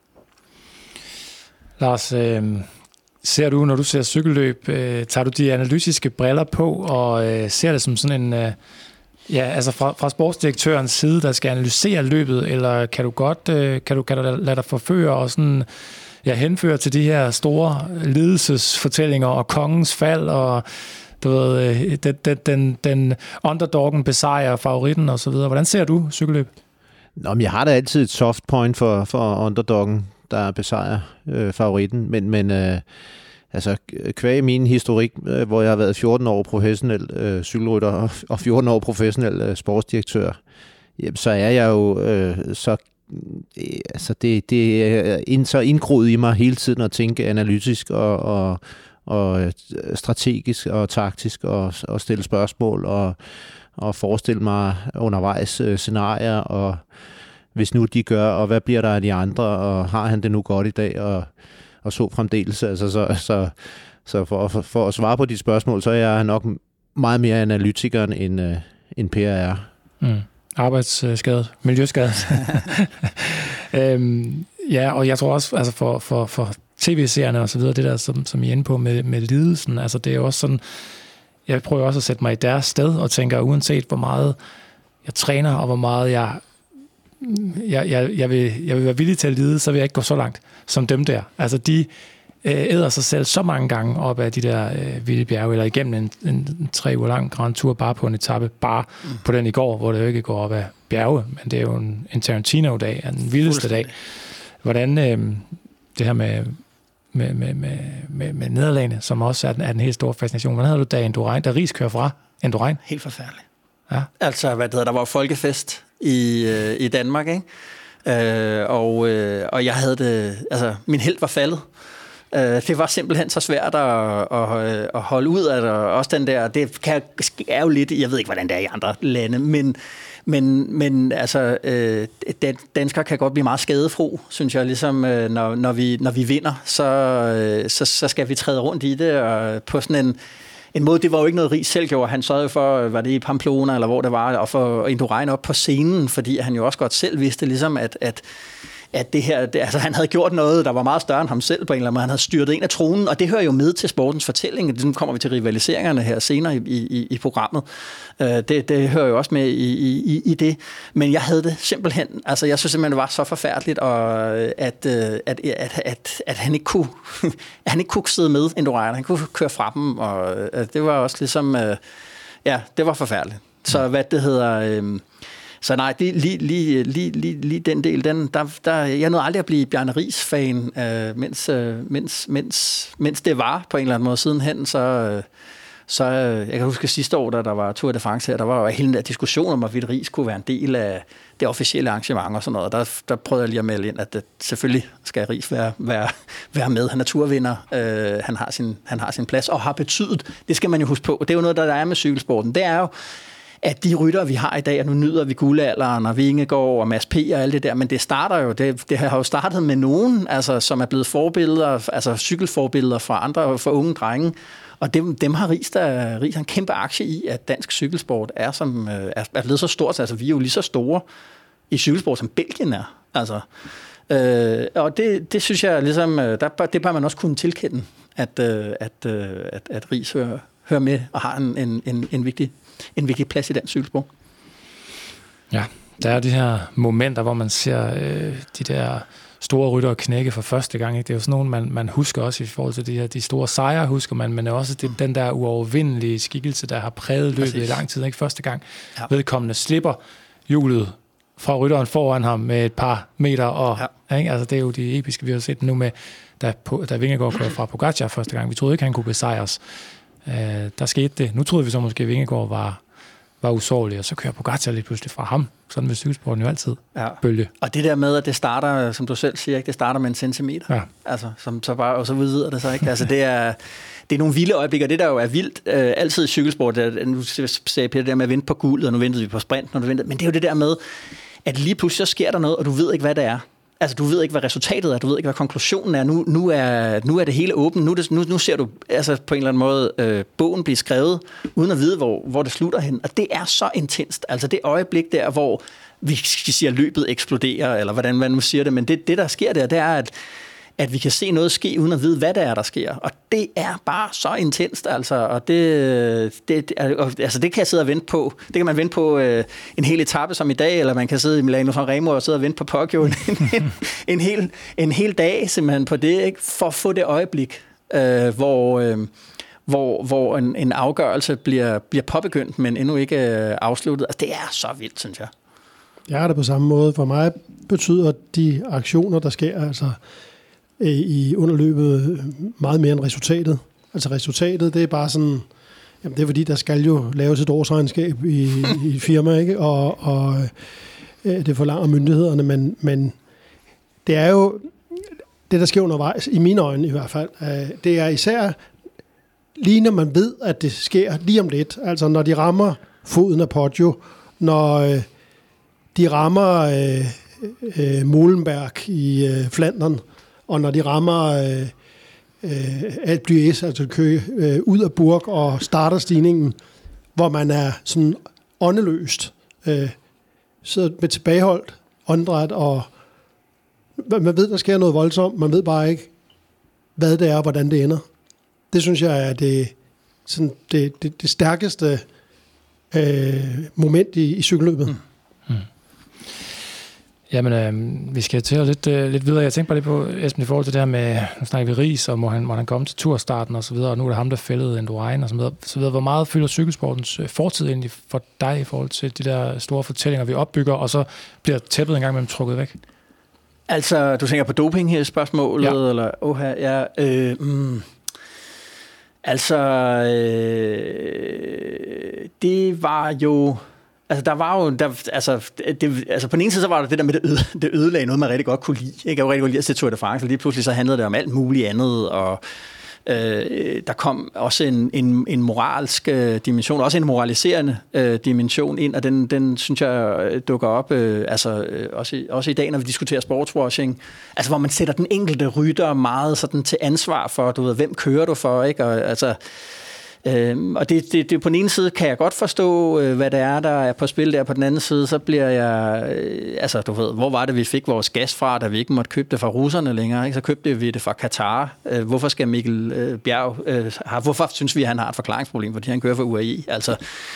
Lars, ser du, når du ser cykelløb, tager du de analytiske briller på, og ser det som sådan Ja, altså fra sportsdirektørens side, der skal analysere løbet, eller kan du godt kan du lade dig forføre og sådan, henføre til de her store ledelsesfortællinger og kongens fald, og du ved, den underdoggen besejrer favoritten og så videre. Hvordan ser du cykelløb? Nå, men jeg har da altid et soft point for underdoggen, der besejrer favoritten, men altså, kvæg min historik, hvor jeg har været 14 år professionel cykelrytter og 14 år professionel sportsdirektør, så er jeg jo det er så indgroet i mig hele tiden at tænke analytisk og strategisk og taktisk og stille spørgsmål og forestille mig undervejs scenarier, og hvis nu de gør, og hvad bliver der af de andre, og har han det nu godt i dag, og så fremdeles. Altså, så for at svare på de spørgsmål, så er jeg nok meget mere analytikeren end PRR. Arbejdsskadet, miljøskadet. Ja, og jeg tror også, altså for tv-serierne og så videre, det der, som I er inde på med lidelsen, altså det er også sådan, jeg prøver også at sætte mig i deres sted, og tænker, uanset hvor meget jeg træner, og hvor meget jeg vil være villig til at lide, så vil jeg ikke gå så langt som dem der. Altså de æder sig selv så mange gange op af de der vilde bjerge, eller igennem en 3 uger lang Grand Tour, bare på en etape, bare på den i går, hvor det jo ikke går op af bjerge, men det er jo en Tarantino-dag, den vildeste dag. Hvordan det her med nederlagene, som også er den helt store fascination. Hvordan havde du da Indurain, da Riis kører fra Indurain? Helt forfærdeligt. Ja. Altså, der var folkefest i Danmark, ikke? Og jeg havde det, altså min helt var faldet. Det var simpelthen så svært at holde ud af det, og også den der, det er jo lidt, jeg ved ikke, hvordan det er i andre lande, men altså, danskere kan godt blive meget skadefro, synes jeg, ligesom når vi vinder, så skal vi træde rundt i det, og på sådan en måde, det var jo ikke noget Riis selv gjorde. Han sørgede for, var det i Pamplona, eller hvor det var, og for Indurain op på scenen, fordi han jo også godt selv vidste, ligesom at det her, altså han havde gjort noget, der var meget større end ham selv på en eller anden måde. Han havde styrtet en af tronen, og det hører jo med til sportens fortælling. Nu kommer vi til rivaliseringerne her senere i programmet. Det hører jo også med i det. Men jeg havde det simpelthen, altså jeg synes simpelthen, det var så forfærdeligt, og at han ikke kunne, han ikke kunne sidde med Indurain. Han kunne køre fra dem, og det var også ligesom, det var forfærdeligt. Så hvad det hedder... Så nej, lige den del, jeg nåede aldrig at blive Bjarne Riis-fan, mens det var på en eller anden måde sidenhen, så jeg kan huske sidste år, da der var Tour de France her, der var jo hele den der diskussion om, hvorvidt Riis kunne være en del af det officielle arrangement og sådan noget. Der prøvede jeg lige at melde ind, at selvfølgelig skal Riis være med. Han er turvinder, han har sin plads, og har betydet, det skal man jo huske på, det er jo noget, der er med cykelsporten, det er jo, at de ryttere, vi har i dag, og nu nyder vi guldalderen og Vingegaard og Mads P. og alt det der, men det starter jo, det har jo startet med nogen, altså, som er blevet forbilleder, altså cykelforbilleder for unge drenge, og dem har Riis en kæmpe aktie i, at dansk cykelsport er blevet så stort, altså vi er jo lige så store i cykelsport, som Belgien er, altså. Og det synes jeg ligesom, det bør man også kunne tilkende, at Riis hører med og har en vigtig plads i den cykelsport. Ja, der er de her momenter, hvor man ser de der store ryttere knække for første gang. Ikke? Det er jo sådan nogle, man husker også i forhold til de store sejre, husker man, men også den der uovervindelige skikkelse, der har præget løbet i lang tid. Ikke? Første gang vedkommende slipper hjulet fra rytteren foran ham med et par meter, og ikke? Altså, det er jo de episke, vi har set nu med, da Vingegaard kører fra Pogačar første gang. Vi troede ikke, han kunne besejres. Der skete det. Nu troede vi så måske, at Vingegaard var usårlig, og så kører Pogačar lige pludselig fra ham. Sådan vil cykelsporten jo altid bølge. Og det der med, at det starter, som du selv siger, ikke? Det starter med en centimeter. Ja. Altså, og så videre det så ikke. Altså, det er nogle vilde øjeblikker. Det der jo er vildt altid i cykelsport. Nu sagde Peter der med at vente på guldet, og nu ventede vi på sprint, men det er jo det der med, at lige pludselig så sker der noget, og du ved ikke, hvad det er. Altså, du ved ikke, hvad resultatet er, du ved ikke, hvad konklusionen er. Nu er det hele åbent. Nu ser du altså, på en eller anden måde bogen blive skrevet, uden at vide, hvor det slutter hen. Og det er så intenst. Altså, det øjeblik der, hvor vi siger, løbet eksploderer, eller hvordan man nu siger det, men det der sker der, det er, at vi kan se noget ske, uden at vide, hvad det er, der sker. Og det er bare så intenst, altså. Og det kan jeg sidde og vente på. Det kan man vente på en hel etape som i dag, eller man kan sidde i Milano Sanremo og sidde og vente på Poggio en hel dag simpelthen på det, ikke? For at få det øjeblik, hvor en afgørelse bliver påbegyndt, men endnu ikke afsluttet. Altså, det er så vildt, synes jeg. Jeg er det på samme måde. For mig betyder de aktioner, der sker altså i underløbet, meget mere end resultatet. Altså resultatet, det er bare sådan, jamen det er fordi, der skal jo laves et årsregnskab i et firma, ikke? Og det forlanger myndighederne, men det er jo, det der sker undervejs, i mine øjne i hvert fald, det er især lige når man ved, at det sker lige om lidt, altså når de rammer foden af Poggio, når de rammer Molenberg i Flandern, og når de rammer Alpe d'Huez, altså Køge, ud af Burg og starter stigningen, hvor man er sådan åndeløst, sidder med tilbageholdt åndedræt, og man ved, der sker noget voldsomt, man ved bare ikke, hvad det er og hvordan det ender. Det synes jeg er det stærkeste moment i cykelløbet. Jamen, vi skal til lidt videre. Jeg tænkte bare lidt på, Esben, i forhold til det her med, nu snakker vi Ries, og må han komme til turstarten og så videre, og nu er det ham, der fældede Indurain og så videre. Hvor meget fylder cykelsportens fortid egentlig for dig i forhold til de der store fortællinger, vi opbygger, og så bliver tæppet en gang mellem trukket væk? Altså, du tænker på doping her spørgsmålet, ja. Eller? Det var jo... Altså, der var jo... på den ene side, så var der det der med, det ødelagde noget, man rigtig godt kunne lide. Jeg kan jo rigtig godt lide at se Tour de France, og lige pludselig så handlede det om alt muligt andet, og der kom også en moralsk dimension, også en moraliserende dimension ind, og den synes jeg dukker op også i dag, når vi diskuterer sportswashing. Altså, hvor man sætter den enkelte rytter meget sådan til ansvar for, du ved, hvem kører du for, ikke? Og altså... og det på den ene side kan jeg godt forstå, hvad det er, der er på spil der. På den anden side, så bliver jeg... du ved, hvor var det, vi fik vores gas fra, da vi ikke måtte købe det fra russerne længere? Ikke? Så købte vi det fra Katar. Hvorfor skal Mikkel Bjerg... hvorfor synes vi, at han har et forklaringsproblem, fordi han kører for UAE? Altså,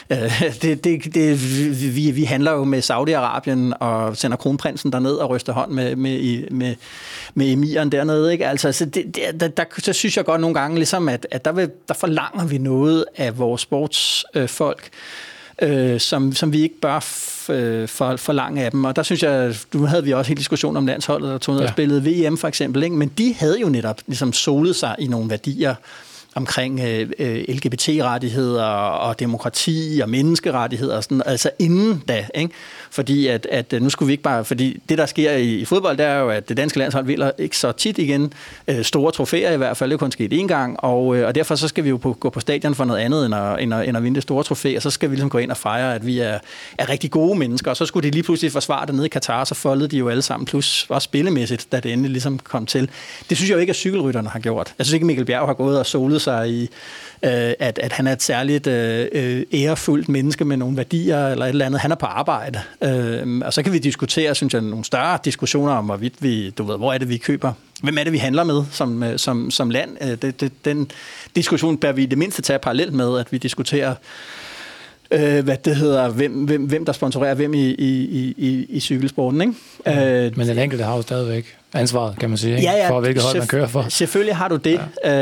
vi handler jo med Saudi-Arabien og sender kronprinsen derned og ryster hånd med emiren dernede. Ikke? Altså, så synes jeg godt nogle gange, ligesom, at der forlanger vi noget af vores sportsfolk, som vi ikke bør forlange af dem. Og der synes jeg, nu havde vi også en diskussion om landsholdet, der tog ned og spillede VM for eksempel, ikke? Men de havde jo netop ligesom solet sig i nogle værdier omkring LGBT-rettigheder og demokrati og menneskerettigheder og sådan, altså inden da, ikke? Fordi at nu skulle vi ikke bare, fordi det der sker i fodbold, det er jo, at det danske landshold vinder ikke så tit igen store trofæer i hvert fald, det kun sket én gang, og derfor så skal vi jo gå på stadion for noget andet end at vinde det store trofæ, og så skal vi ligesom gå ind og fejre, at vi er rigtig gode mennesker, og så skulle de lige pludselig forsvare det nede i Katar, så foldede de jo alle sammen, plus også spillemæssigt, da det endelig ligesom kom til. Det synes jeg jo ikke, at cykelrytterne har gjort. Jeg synes ikke, at Mikkel Bjerg har gået og solet sig i, at han er et særligt ærefuldt menneske med nogle værdier eller et eller andet. Han er på arbejde. Og så kan vi diskutere, synes jeg, nogle større diskussioner om, hvorvidt vi, du ved, hvor er det, vi køber? Hvem er det, vi handler med som land? Den diskussion bør vi i det mindste tage parallelt med, at vi diskuterer hvem der sponsorerer hvem i cykelsporten, ikke? Men den enkelte har jo stadigvæk ansvaret, kan man sige, ikke? For hvilket hold man kører for. Selvfølgelig har du det,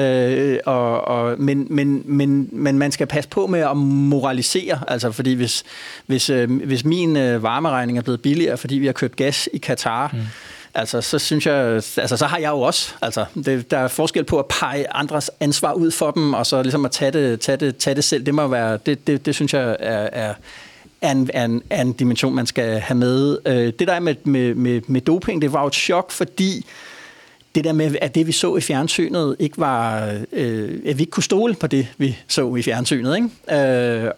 men man skal passe på med at moralisere, altså fordi hvis min varmeregning er blevet billigere, fordi vi har købt gas i Katar, altså, så synes jeg, altså, så har jeg jo også, altså, der er forskel på at pege andres ansvar ud for dem, og så ligesom at tage det selv, det må være, det synes jeg er en dimension, man skal have med. Det der er med doping, det var jo et chok, fordi det der med, at det vi så i fjernsynet, ikke var, at vi ikke kunne stole på det, vi så i fjernsynet, ikke?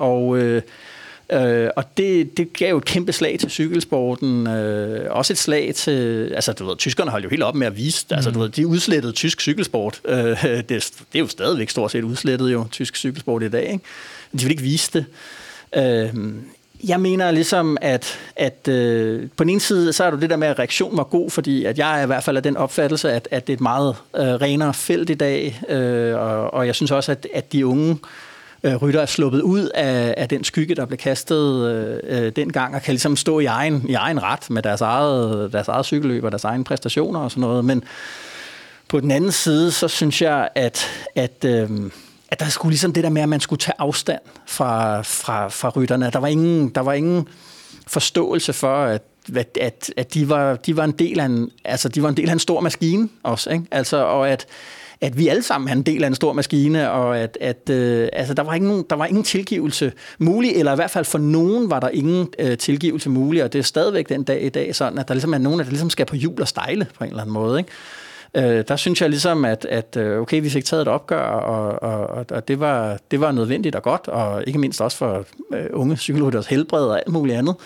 Og det gav jo et kæmpe slag til cykelsporten, også et slag til, altså du ved, tyskerne holdt jo helt op med at vise, altså du ved, de udslettede tysk cykelsport, det er jo stadigvæk stort set udslettet jo, tysk cykelsport i dag, ikke? De vil ikke vise det. Jeg mener ligesom, at på den ene side, så er det der med, at reaktionen var god, fordi at jeg er i hvert fald af den opfattelse, at det er et meget renere felt i dag, og jeg synes også, at de unge rytter er sluppet ud af den skygge, der blev kastet dengang, og kan ligesom stå i egen ret med deres eget cykelløb og deres egne præstationer og sådan noget. Men på den anden side, så synes jeg, at der skulle ligesom det der med, at man skulle tage afstand fra rytterne. Der var ingen forståelse for, at de var en del af en stor maskine også, ikke? Altså, og at vi alle sammen er en del af en stor maskine, og der var ingen tilgivelse mulig, eller i hvert fald for nogen var der ingen tilgivelse mulig, og det er stadigvæk den dag i dag sådan, at der ligesom er nogen, der ligesom skal på hjul og stejle på en eller anden måde, ikke? Der synes jeg ligesom, at okay, vi fik taget et opgør, og det var nødvendigt og godt, og ikke mindst også for unge cykelrytteres helbred og alt muligt andet.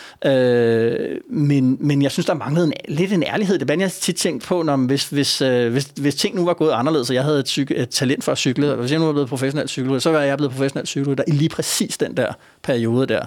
Men jeg synes, der manglede lidt en ærlighed. Det blandt jeg tit tænkt på, når, hvis ting nu var gået anderledes, og jeg havde et talent for at cykle, og hvis jeg nu var blevet professionel cykelrytter, så var jeg blevet professionel cykelrytter i lige præcis den der periode der.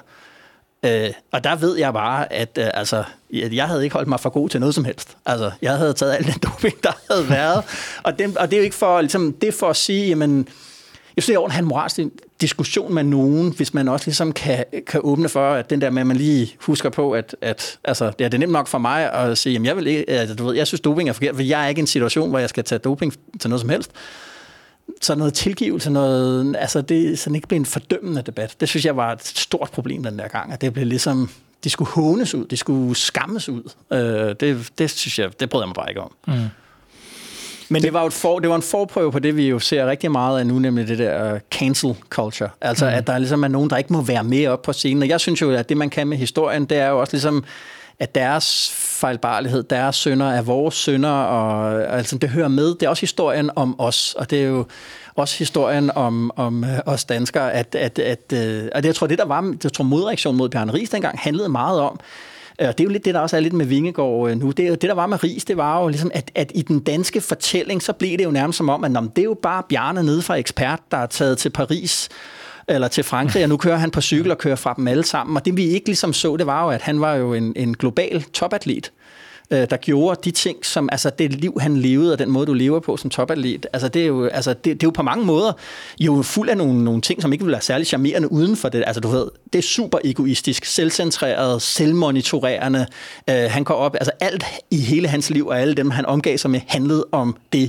Og der ved jeg bare, at jeg havde ikke holdt mig for god til noget som helst. Altså, jeg havde taget al den doping, der havde været. Og det er jo ikke for, ligesom, det er for at sige, jamen, jeg synes, det er ordentligt at have en moralsk diskussion med nogen, hvis man også ligesom kan åbne for, at den der med, at man lige husker på, at altså, det er nemt nok for mig at sige, jamen, jeg vil ikke, altså, du ved, jeg synes, doping er forkert, for jeg er ikke i en situation, hvor jeg skal tage doping til noget som helst. Så noget tilgivelse, det sådan ikke blev en fordømmende debat. Det synes jeg var et stort problem den der gang, at det blev ligesom, de skulle hånes ud, de skulle skammes ud. Det synes jeg, det brød jeg mig bare ikke om. Mm. Men det var en forprøve på det, vi jo ser rigtig meget af nu, nemlig det der cancel culture. Altså, at der ligesom er nogen, der ikke må være med op på scenen. Og jeg synes jo, at det, man kan med historien, det er jo også ligesom, at deres fejlbarlighed, deres synder er vores synder, og altså, det hører med. Det er også historien om os, og det er jo også historien om os danskere, og jeg tror, det der var, modreaktionen mod Bjarne Riis dengang handlede meget om, det er jo lidt det, der også er lidt med Vingegaard nu. Det der var med Riis, det var jo ligesom, at i den danske fortælling, så blev det jo nærmest som om, at det er jo bare Bjarne nede fra Ekspert, der er taget til Paris eller til Frankrig, og nu kører han på cykel og kører fra dem alle sammen. Og det vi ikke ligesom så, det var jo, at han var jo en global topatlet, der gjorde de ting, som altså det liv, han levede, og den måde, du lever på som topatlet, altså det er jo på mange måder jo fuld af nogle ting, som ikke vil være særlig charmerende uden for det. Altså du ved, det er super egoistisk, selvcentreret, selvmonitorerende. Han går op, altså alt i hele hans liv, og alle dem, han omgav sig med, handlede om det,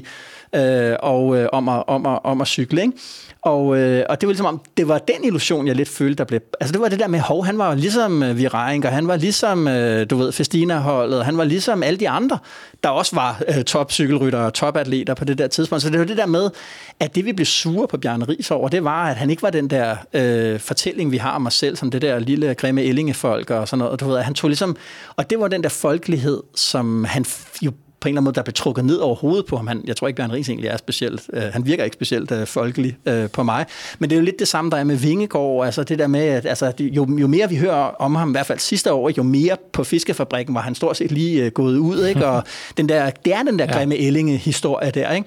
og om at cykle, ikke? Og det var ligesom om, det var den illusion, jeg lidt følte, der blev... Altså det var det der med, han var ligesom Virenka, han var ligesom, du ved, Festina-holdet, han var ligesom alle de andre, der også var topcykelryttere og topatleter på det der tidspunkt. Så det var det der med, at det vi blev sure på Bjarne Riis over, det var, at han ikke var den der fortælling, vi har om os selv, som det der lille grimme Ellinge-folk og sådan noget. Og du ved, han tog ligesom... Og det var den der folkelighed, som han jo på en eller anden måde, der blev trukket ned over hovedet på ham. Jeg tror ikke, Bjarne Riis egentlig er specielt. Han virker ikke specielt folkelig på mig. Men det er jo lidt det samme, der er med Vingegaard. Altså det der med, at altså, jo mere vi hører om ham, i hvert fald sidste år, jo mere på Fiskefabrikken, hvor han stort set lige gået ud, ikke? Og det er den der grimme Ellinge-historie der, ikke?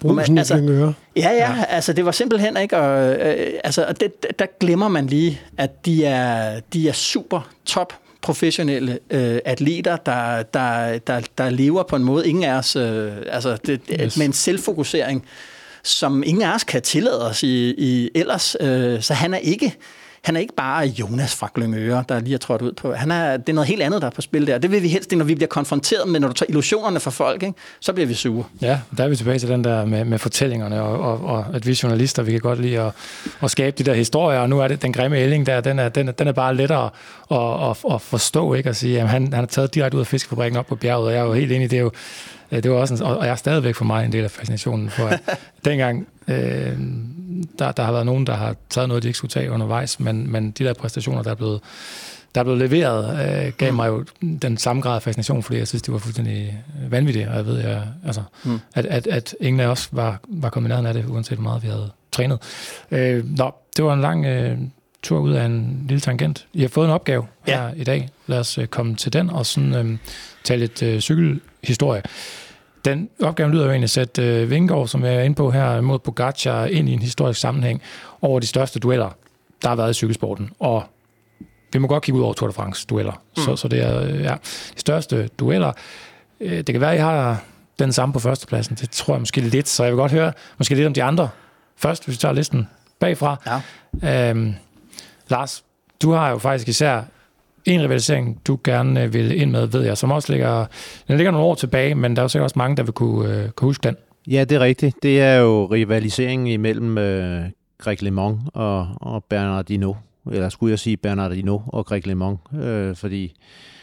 Altså det var simpelthen, ikke? Og der glemmer man lige, at de er super top professionelle atleter, der lever på en måde, ingen af os, med en selvfokusering, som ingen af os kan tillade os i ellers. Så han er ikke bare Jonas fra Glyngøre, der lige er trådt ud på. Det er noget helt andet, der er på spil der. Det vil vi helst, når vi bliver konfronteret med, når du tager illusionerne fra folk, ikke? Så bliver vi sure. Ja, der er vi tilbage til den der med fortællingerne, og at vi journalister, vi kan godt lide at skabe de der historier, og nu er det den grimme Elling der, den er bare lettere at forstå, ikke? At sige, at han har taget direkte ud af Fiskefabrikken op på bjerget, og jeg er jo helt enig, det var også og jeg er stadigvæk for mig en del af fascinationen, for at dengang der har været nogen, der har taget noget, de ikke skulle tage undervejs, men de der præstationer, der er blevet leveret, gav mig jo den samme grad af fascination, fordi jeg synes, det var fuldstændig vanvittigt, og jeg ved, at ingen af os var kommet i nærheden af det, uanset hvor meget vi havde trænet. Det var en lang tur ud af en lille tangent. I har fået en opgave her i dag. Lad os komme til den, og sådan tale lidt cykelhistorie. Den opgave lyder jo egentlig at sætte Vingegaard, som jeg er inde på her, mod Pogačar ind i en historisk sammenhæng over de største dueller, der har været i cykelsporten. Og vi må godt kigge ud over Tour de France-dueller. Så det er de største dueller. Det kan være, at I har den samme på førstepladsen. Det tror jeg måske lidt, så jeg vil godt høre måske lidt om de andre først, hvis vi tager listen bagfra. Ja. Lars, du har jo faktisk især en rivalisering, du gerne vil ind med, ved jeg, som også ligger nogle år tilbage, men der er jo sikkert også mange, der vil kunne huske den. Ja, det er rigtigt. Det er jo rivaliseringen imellem Greg LeMond og Bernard Hinault. Eller skulle jeg sige Bernard Hinault og Greg LeMond, fordi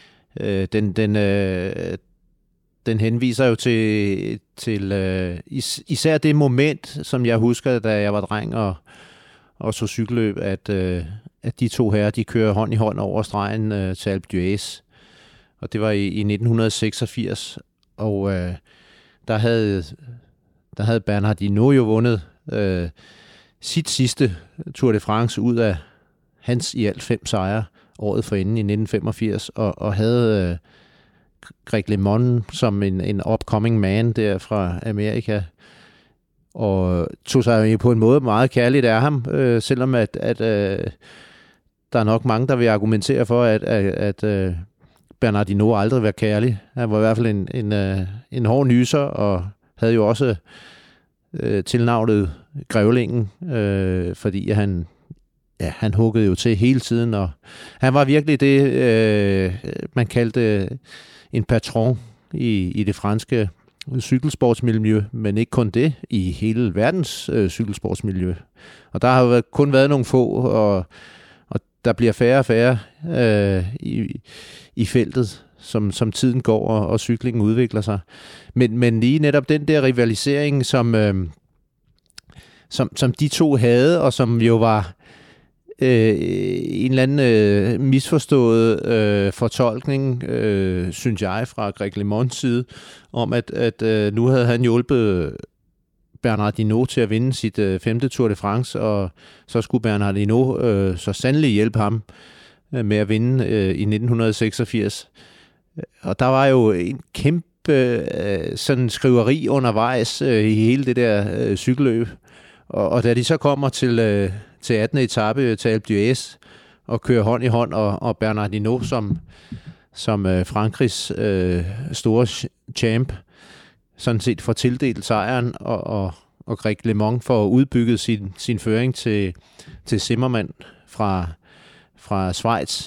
den henviser jo til især det moment, som jeg husker, da jeg var dreng og så cykelløb, at de to herrer, de kører hånd i hånd over stregen til Alpe d'Huez. Og det var i 1986, og der havde Bernard Hinault jo vundet sit sidste Tour de France ud af hans i alt 5 sejre året forinden i 1985, og havde Greg LeMond som en upcoming man der fra Amerika, og tog sig jo på en måde meget kærligt af ham, selvom at der er nok mange, der vil argumentere for, at Bernard Hinault aldrig var kærlig. Han var i hvert fald en hård nyser, og havde jo også tilnavnet Grævlingen, fordi han huggede jo til hele tiden, og han var virkelig det, man kaldte en patron i det franske cykelsportsmiljø, men ikke kun det, i hele verdens cykelsportsmiljø. Og der har jo kun været nogle få, og der bliver færre og færre i feltet, som tiden går, og cyklingen udvikler sig. Men lige netop den der rivalisering, som de to havde, og som jo var en eller anden misforstået fortolkning, synes jeg, fra Greg LeMonds side, om at nu havde han hjulpet Bernard Hinault til at vinde sit 5. Tour de France, og så skulle Bernard Hinault så sandelig hjælpe ham med at vinde i 1986. Og der var jo en kæmpe sådan skriveri undervejs i hele det der cykelløb. Og da de så kommer til 18. etape til Alpe d'Huez og kører hånd i hånd, og Bernard Hinault som Frankrigs store champ sådan set får tildelt sejren, og Greg LeMond får udbygget sin føring til Zimmermann fra Schweiz.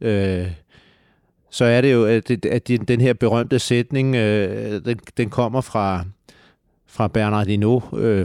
Så er det jo, at den her berømte sætning, den kommer fra Bernard Hinault,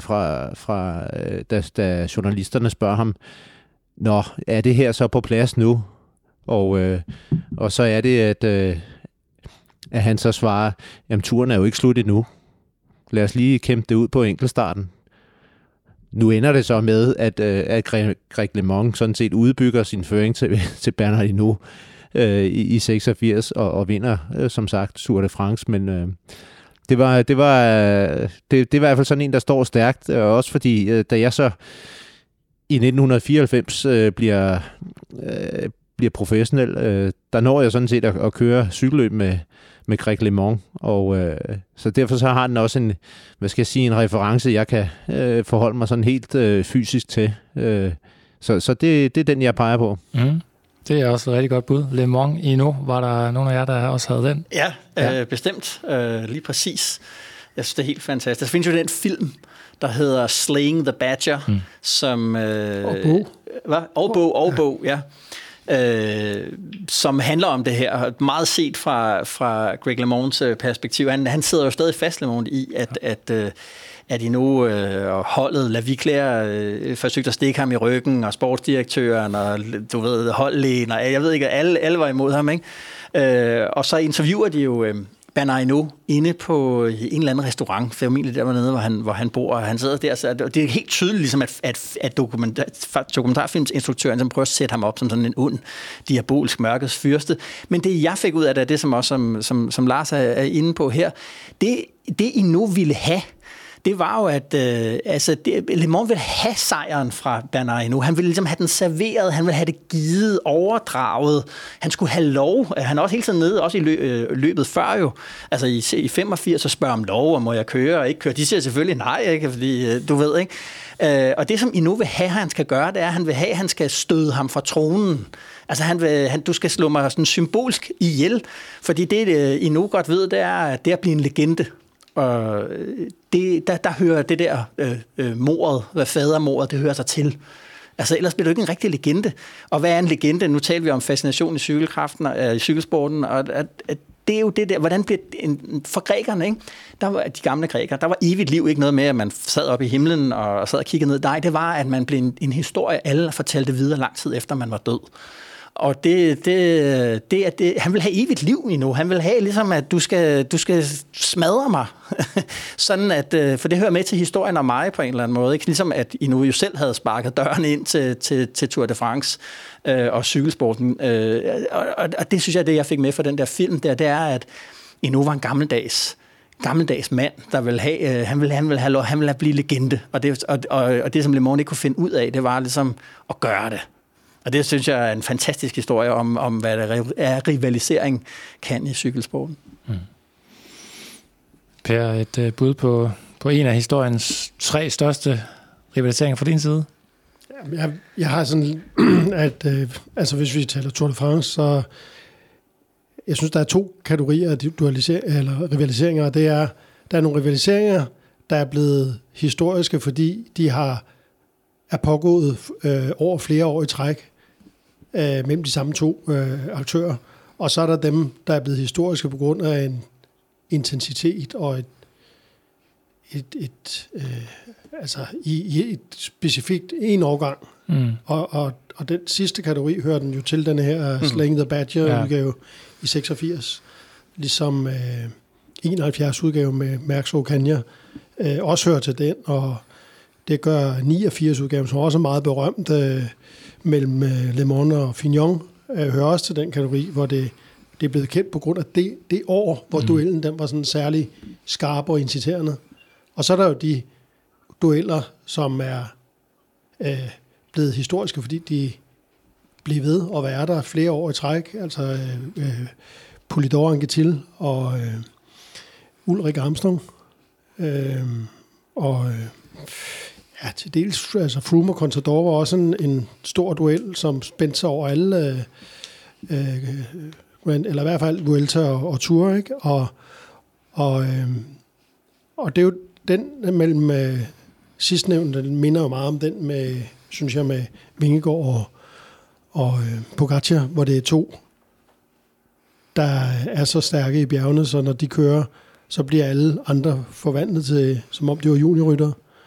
da journalisterne spørger ham, nå, er det her så på plads nu? Og så er det, at han så svarer, jamen turen er jo ikke slut endnu. Lad os lige kæmpe det ud på enkeltstarten. Nu ender det så med, at Greg LeMond sådan set udbygger sin føring til Bernard Hinault i 86 og vinder, som sagt, Tour de France, men det er i hvert fald sådan en, der står stærkt, også fordi, da jeg så i 1994 bliver professionel, der når jeg sådan set at køre cykelløb med Greg LeMond, og så derfor så har den også en reference, jeg kan forholde mig sådan helt fysisk til. Så det er den, jeg peger på. Mm. Det er også et rigtig godt bud. LeMond Hinault, var der nogen af jer, der også havde den? Ja. Bestemt. Lige præcis. Jeg synes, det er helt fantastisk. Der findes jo den film, der hedder Slaying the Badger, som... Og bog, ja. Som handler om det her, meget set fra Greg LeMonds perspektiv. Han sidder jo stadig fast, LeMond, i, at I nu holdet La Viclair forsøgte at stikke ham i ryggen, og sportsdirektøren, og du ved, holdlægen, og jeg ved ikke, alle var imod ham, ikke? Og så interviewer de jo Bernard Hinault inde på en eller anden restaurant, formentlig der nede, hvor han bor, og han sidder der. Så det er helt tydeligt, ligesom at dokumentarfilmsinstruktøren som prøver at sætte ham op som sådan en ond, diabolsk mørkets fyrste. Men det, jeg fik ud af det som også som Lars er inde på her, det I nu ville have, det var jo, at Le Mans ville have sejren fra Bernard Hinault. Han ville ligesom have den serveret, han ville have det givet, overdraget. Han skulle have lov. Han er også hele tiden nede, også i løbet før jo. Altså i 85, så spørger om lov, og må jeg køre og ikke køre. De siger selvfølgelig nej, ikke? Fordi du ved, ikke? Og det, som Hinault vil have, han skal gøre, det er, at han vil have, at han skal støde ham fra tronen. Altså, du skal slå mig sådan symbolsk ihjel, fordi det, Hinault godt ved, det er at blive en legende. Og der hører det der mordet, fadermordet, det hører sig til. Altså, ellers bliver du ikke en rigtig legende. Og hvad er en legende? Nu taler vi om fascination i cykelkraften og i cykelsporten, og det er jo det der, hvordan bliver for grækerne, ikke? Der var de gamle grækere, der var evigt liv, ikke noget med, at man sad op i himlen og sad og kiggede ned. Nej, det var, at man blev en historie, alle fortalte videre lang tid efter, man var død. Og det han vil have evigt liv endnu. Han vil have ligesom, at du skal smadre mig. Sådan at, for det hører med til historien om mig på en eller anden måde. Ikke? Ligesom at I nu jo selv havde sparket døren ind til Tour de France og cykelsporten. Og det synes jeg, det jeg fik med fra den der film der, det er, at I nu var en gammeldags mand, der vil have, han vil have blive legende. Og det, som Le Mans ikke kunne finde ud af, det var ligesom at gøre det. Og det synes jeg er en fantastisk historie om hvad der er rivalisering kan i cykelsporten. Mm. Per, et bud på en af historiens 3 største rivaliseringer fra din side? Jeg har sådan, at altså hvis vi taler Tour de France, så jeg synes, der er 2 kategorier af rivaliseringer. Det er, der er nogle rivaliseringer, der er blevet historiske, fordi de er pågået over flere år i træk mellem de samme 2 aktører. Og så er der dem, der er blevet historiske på grund af en intensitet og altså i et specifikt en årgang. Mm. Og den sidste kategori hører den jo til den her Slaying the Badger-udgave i 86. Ligesom 71 udgave med Merckx Ocaña også hører til den, og det gør 89 udgaven, som også er meget berømt mellem Le Mans og Fignon, hører også til den kategori, hvor det er blevet kendt på grund af det år, hvor duellen den var sådan særlig skarp og inciterende. Og så er der jo de dueller, som er blevet historiske, fordi de blev ved at være der flere år i træk. Altså Polidor Anquetil og Ulrik Armstrong. Ja, til dels, altså Froome og Contador var også en stor duel, som spændte sig over alle, eller i hvert fald Vuelta og Tour, ikke? Og det er jo den mellem sidstnævnte, den minder jo meget om den med, synes jeg, med Vingegaard og Pogacar, hvor det er 2, der er så stærke i bjergene, så når de kører, så bliver alle andre forvandlet til, som om de var juniorrytter.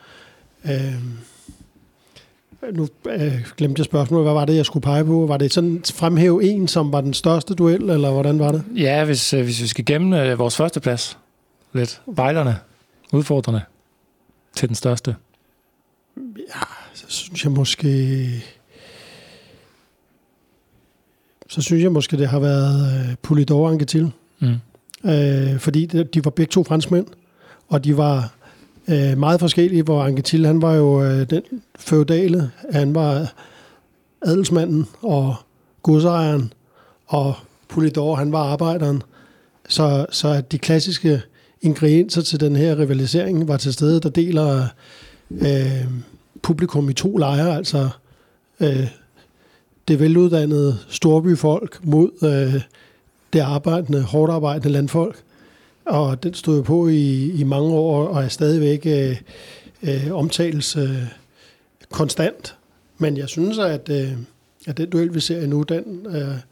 Nu glemte jeg spørgsmålet. Hvad var det, jeg skulle pege på? Var det sådan fremhæve en, som var den største duel, eller hvordan var det? Ja, hvis vi skal gemme vores første plads lidt. Vejlerne, udfordrende til den største. Ja, så synes jeg måske, det har været Polidor Anquetil. Fordi de var begge 2 franskmænd, og de var meget forskellige, hvor Anquetil, han var jo den feudale, han var adelsmanden og godsejeren, og Polidor, han var arbejderen. Så de klassiske ingredienser til den her rivalisering var til stede, der deler publikum i 2 lejre, altså det veluddannede storbyfolk mod det arbejdende, hårdt arbejdende landfolk. Og den stod jo på i mange år, og er stadigvæk omtales konstant. Men jeg synes, at den duel, vi ser nu, den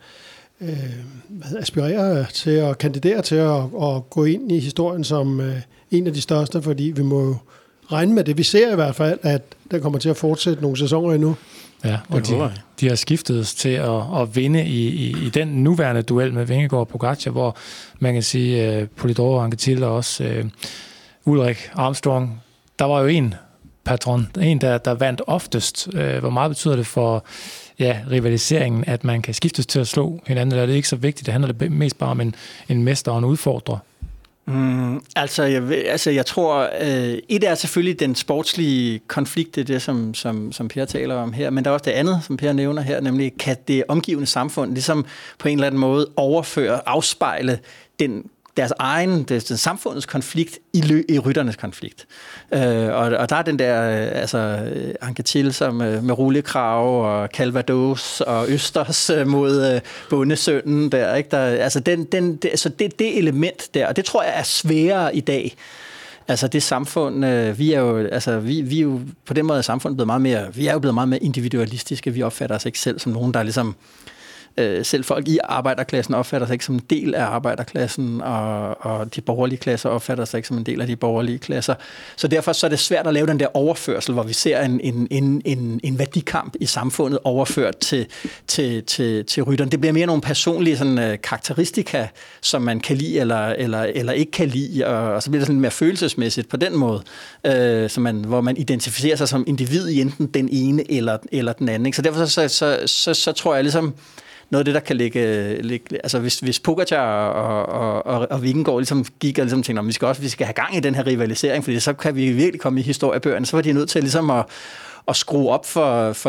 aspirerer til at kandidere til at gå ind i historien som en af de største, fordi vi må regne med det. Vi ser i hvert fald, at den kommer til at fortsætte nogle sæsoner endnu. Ja, og de har skiftet til at vinde i den nuværende duel med Vingegaard og Pogacar, hvor man kan sige Polidor og Anquetil og også Ulrik Armstrong. Der var jo en patron, en der vandt oftest. Hvor meget betyder det for rivaliseringen, at man kan skiftes til at slå hinanden? Eller er det ikke så vigtigt? Det handler det mest bare om en mester og en udfordrer? Jeg tror, et er selvfølgelig den sportslige konflikt, det er det, som Per taler om her, men der er også det andet, som Per nævner her, nemlig kan det omgivende samfund ligesom på en eller anden måde afspejle deres egen, samfundets konflikt i rytternes konflikt. Og der er den der, Anquetil med rullekrav og Calvados og Østers mod bondesønnen der, ikke? Det element der, og det tror jeg er sværere i dag. Altså det samfund, vi er jo på den måde samfundet blevet meget mere individualistiske. Vi opfatter os ikke selv som nogen, der ligesom selv folk i arbejderklassen opfatter sig ikke som en del af arbejderklassen, og de borgerlige klasser opfatter sig ikke som en del af de borgerlige klasser. Så derfor så er det svært at lave den der overførsel, hvor vi ser en værdikamp i samfundet overført til rytteren. Det bliver mere nogle personlige sådan, karakteristika, som man kan lide eller ikke kan lide, og så bliver det sådan mere følelsesmæssigt på den måde, hvor man identificerer sig som individ i enten den ene eller den anden. Ikke? Så derfor så tror jeg ligesom, noget af det, der kan ligge altså hvis Pogačar og Vingegaard ligesom gik og ligesom tænkte, vi skal have gang i den her rivalisering, fordi så kan vi virkelig komme i historiebøgerne, så var de nødt til ligesom at skrue op for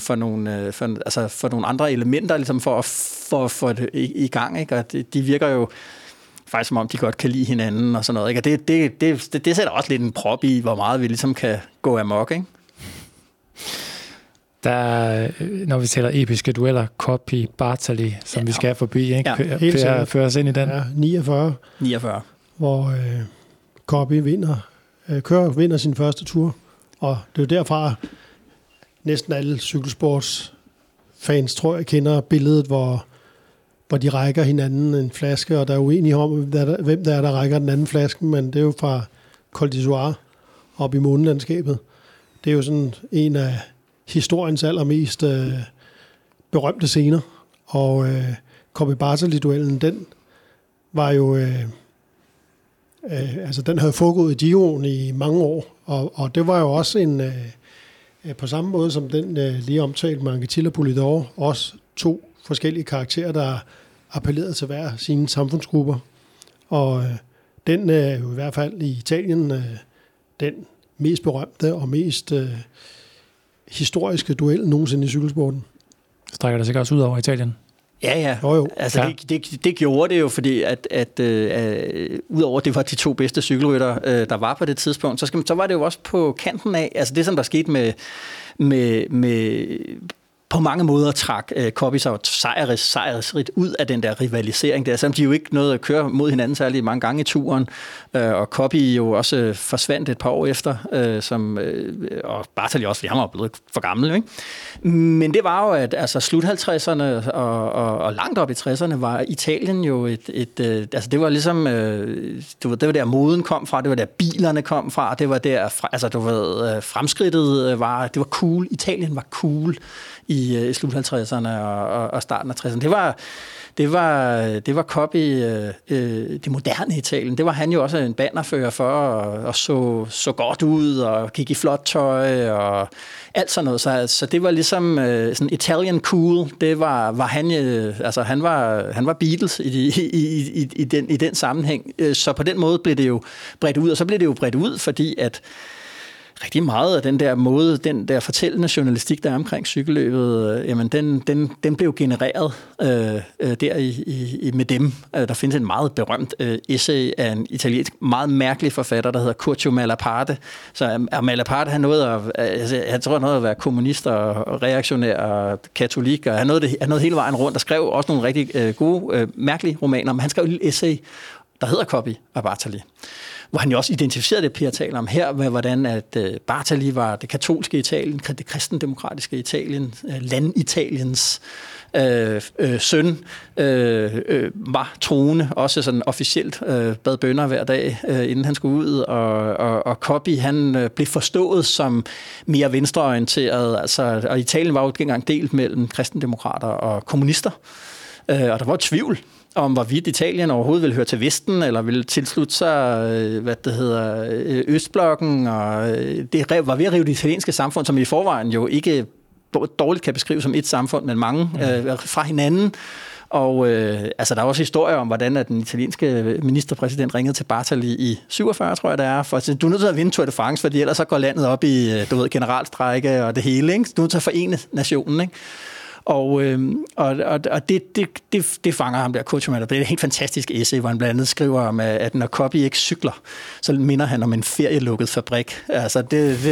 nogle andre elementer, ligesom for at få det i gang, ikke? Og de virker jo faktisk som om, de godt kan lide hinanden og sådan noget, ikke? Og det sætter også lidt en prop i, hvor meget vi ligesom kan gå amok, ikke? Der, når vi taler episke dueller, Coppi, Bartali, som vi skal forbi, ikke? Ja, fører os ind i den. Ja, 49. Hvor Coppi vinder sin første tur. Og det er jo derfra, næsten alle cykelsportsfans, tror jeg, kender billedet, hvor de rækker hinanden en flaske, og der er uenige om, hvem der rækker den anden flaske, men det er jo fra Col d'Izoire op i månelandskabet. Det er jo sådan en af historiens allermest berømte scener, og Coppi Bartali-duellen, den var jo den havde foregået i Giroen i mange år, og det var jo også på samme måde som den lige omtalt med Anquetil og Polidor, også to forskellige karakterer, der appellerede til hver sine samfundsgrupper, og den er jo i hvert fald i Italien den mest berømte og mest historiske duel nogensinde i cykelsporten. Strækker det sikkert også ud over Italien? Ja. Jo. Altså, ja. Det gjorde det jo, fordi at udover det var de to bedste cykelrytter, der var på det tidspunkt, så var det jo også på kanten af, altså det som der skete med på mange måder trak Coppi sig sejrsrigt ud af den der rivalisering der, selvom de jo ikke nåede at køre mod hinanden særlig mange gange i turen, og Coppi jo også forsvandt et par år efter, og Bartali også, fordi han var blevet for gammel, ikke? Men det var jo, at altså slut 50'erne og langt op i 60'erne var Italien jo altså det var ligesom, det var der moden kom fra, det var der bilerne kom fra, det var der, altså fremskridtet var, det var cool, Italien var cool i slut 50'erne og starten af 60'erne. Det var Coppi, det moderne Italien. Det var han jo også en bannerfører for, og så godt ud, og gik i flot tøj, og alt sådan noget. Så det var ligesom sådan Italian cool. Det var han, altså han var Beatles i den sammenhæng. Så på den måde blev det jo bredt ud, og så blev det jo bredt ud, fordi at rigtig meget af den der måde, den der fortællende journalistik, der er omkring cykelløbet, jamen den blev genereret med dem. Der findes en meget berømt essay af en italiensk, meget mærkelig forfatter, der hedder Curcio Malaparte. Så Malaparte, han nåede at være kommunist og reaktionær og katolik, og han nåede hele vejen rundt og skrev også nogle rigtig gode, mærkelige romaner, men han skrev et lille essay, der hedder Coppi og Bartali, hvor han jo også identificerede det, Per taler om her, med hvordan at Bartali var det katolske Italien, det kristendemokratiske Italien, landitaliens søn, var troende, også sådan officielt bad bønner hver dag, inden han skulle ud, og Coppi, han blev forstået som mere venstreorienteret, altså, og Italien var jo ikke engang delt mellem kristendemokrater og kommunister, og der var tvivl om hvorvidt Italien overhovedet ville høre til Vesten, eller ville tilslutte sig, Østblokken, og det var ved at rive det italienske samfund, som i forvejen jo ikke dårligt kan beskrives som et samfund, men mange fra hinanden, Og altså, der er også historier om, hvordan at den italienske ministerpræsident ringede til Bartali i 47, tror jeg det er, for at sige, du er nødt til at vinde Tour de France, fordi ellers så går landet op i, generalstrejke og det hele, ikke? Du er nødt til at forene nationen, ikke? Og det fanger ham der, Cocciamato. Det er et helt fantastisk essay, hvor han blandt andet skriver om, at når Coppi ikke cykler, så minder han om en ferielukket fabrik. Altså, det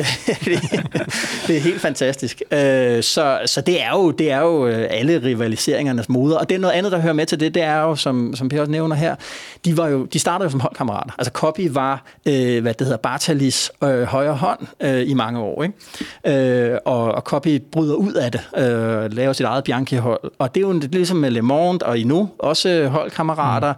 er helt fantastisk. Så det er jo alle rivaliseringernes moder. Og det er noget andet, der hører med til det, det er jo, som Per også nævner her, de startede jo som holdkammerater. Altså, Coppi var, Bartalis højre hånd i mange år, ikke? Og Coppi bryder ud af det, laver sit eget Bianchi-hold. Og det er jo ligesom med Le Monde og Hinault, også holdkammerater.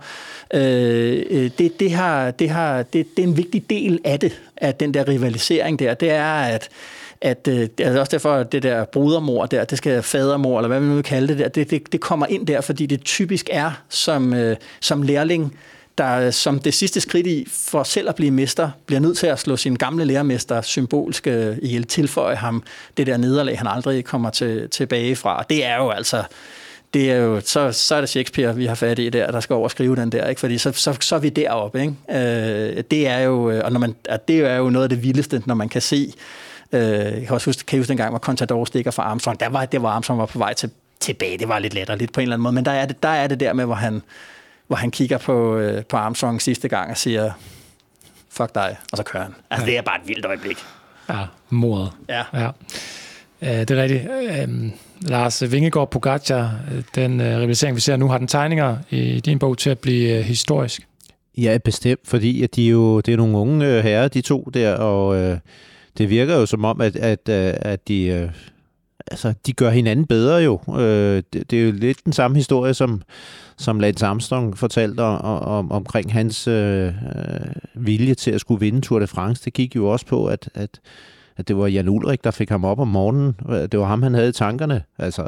Det er en vigtig del af det, af den der rivalisering der. Det er, at det er også derfor, at det der brodermor der, det skal fadermor, eller hvad vi nu vil kalde det der, det kommer ind der, fordi det typisk er som lærling, der som det sidste skridt i, for selv at blive mester, bliver nødt til at slå sin gamle lærermester symbolsk ihjel, tilføje ham det der nederlag, han aldrig kommer tilbage fra. Det er jo altså, så er det Shakespeare, vi har fat i der skal overskrive den der, ikke? Fordi så er vi deroppe, ikke? Det er jo, og det er jo noget af det vildeste, når man kan se, jeg kan huske dengang, hvor Contador stikker fra Armstrong, det var Armstrong var på vej tilbage, det var lidt latterligt på en eller anden måde, men der er det der med, hvor han kigger på Armstrong sidste gang og siger, fuck dig, og så kører han. Altså, det er bare et vildt øjeblik. Ja, mordet. Ja. Det er rigtigt. Lars Vingegaard Pogacar, den rivalisering, vi ser nu, har den tegninger i din bog til at blive historisk? Ja, bestemt, fordi at det er nogle unge herrer, de to der, og det virker jo som om, at de... Altså, de gør hinanden bedre jo. Det er jo lidt den samme historie, som Lance Armstrong fortalte omkring hans vilje til at skulle vinde Tour de France. Det gik jo også på, at det var Jan Ullrich, der fik ham op om morgenen. Det var ham, han havde i tankerne. Altså,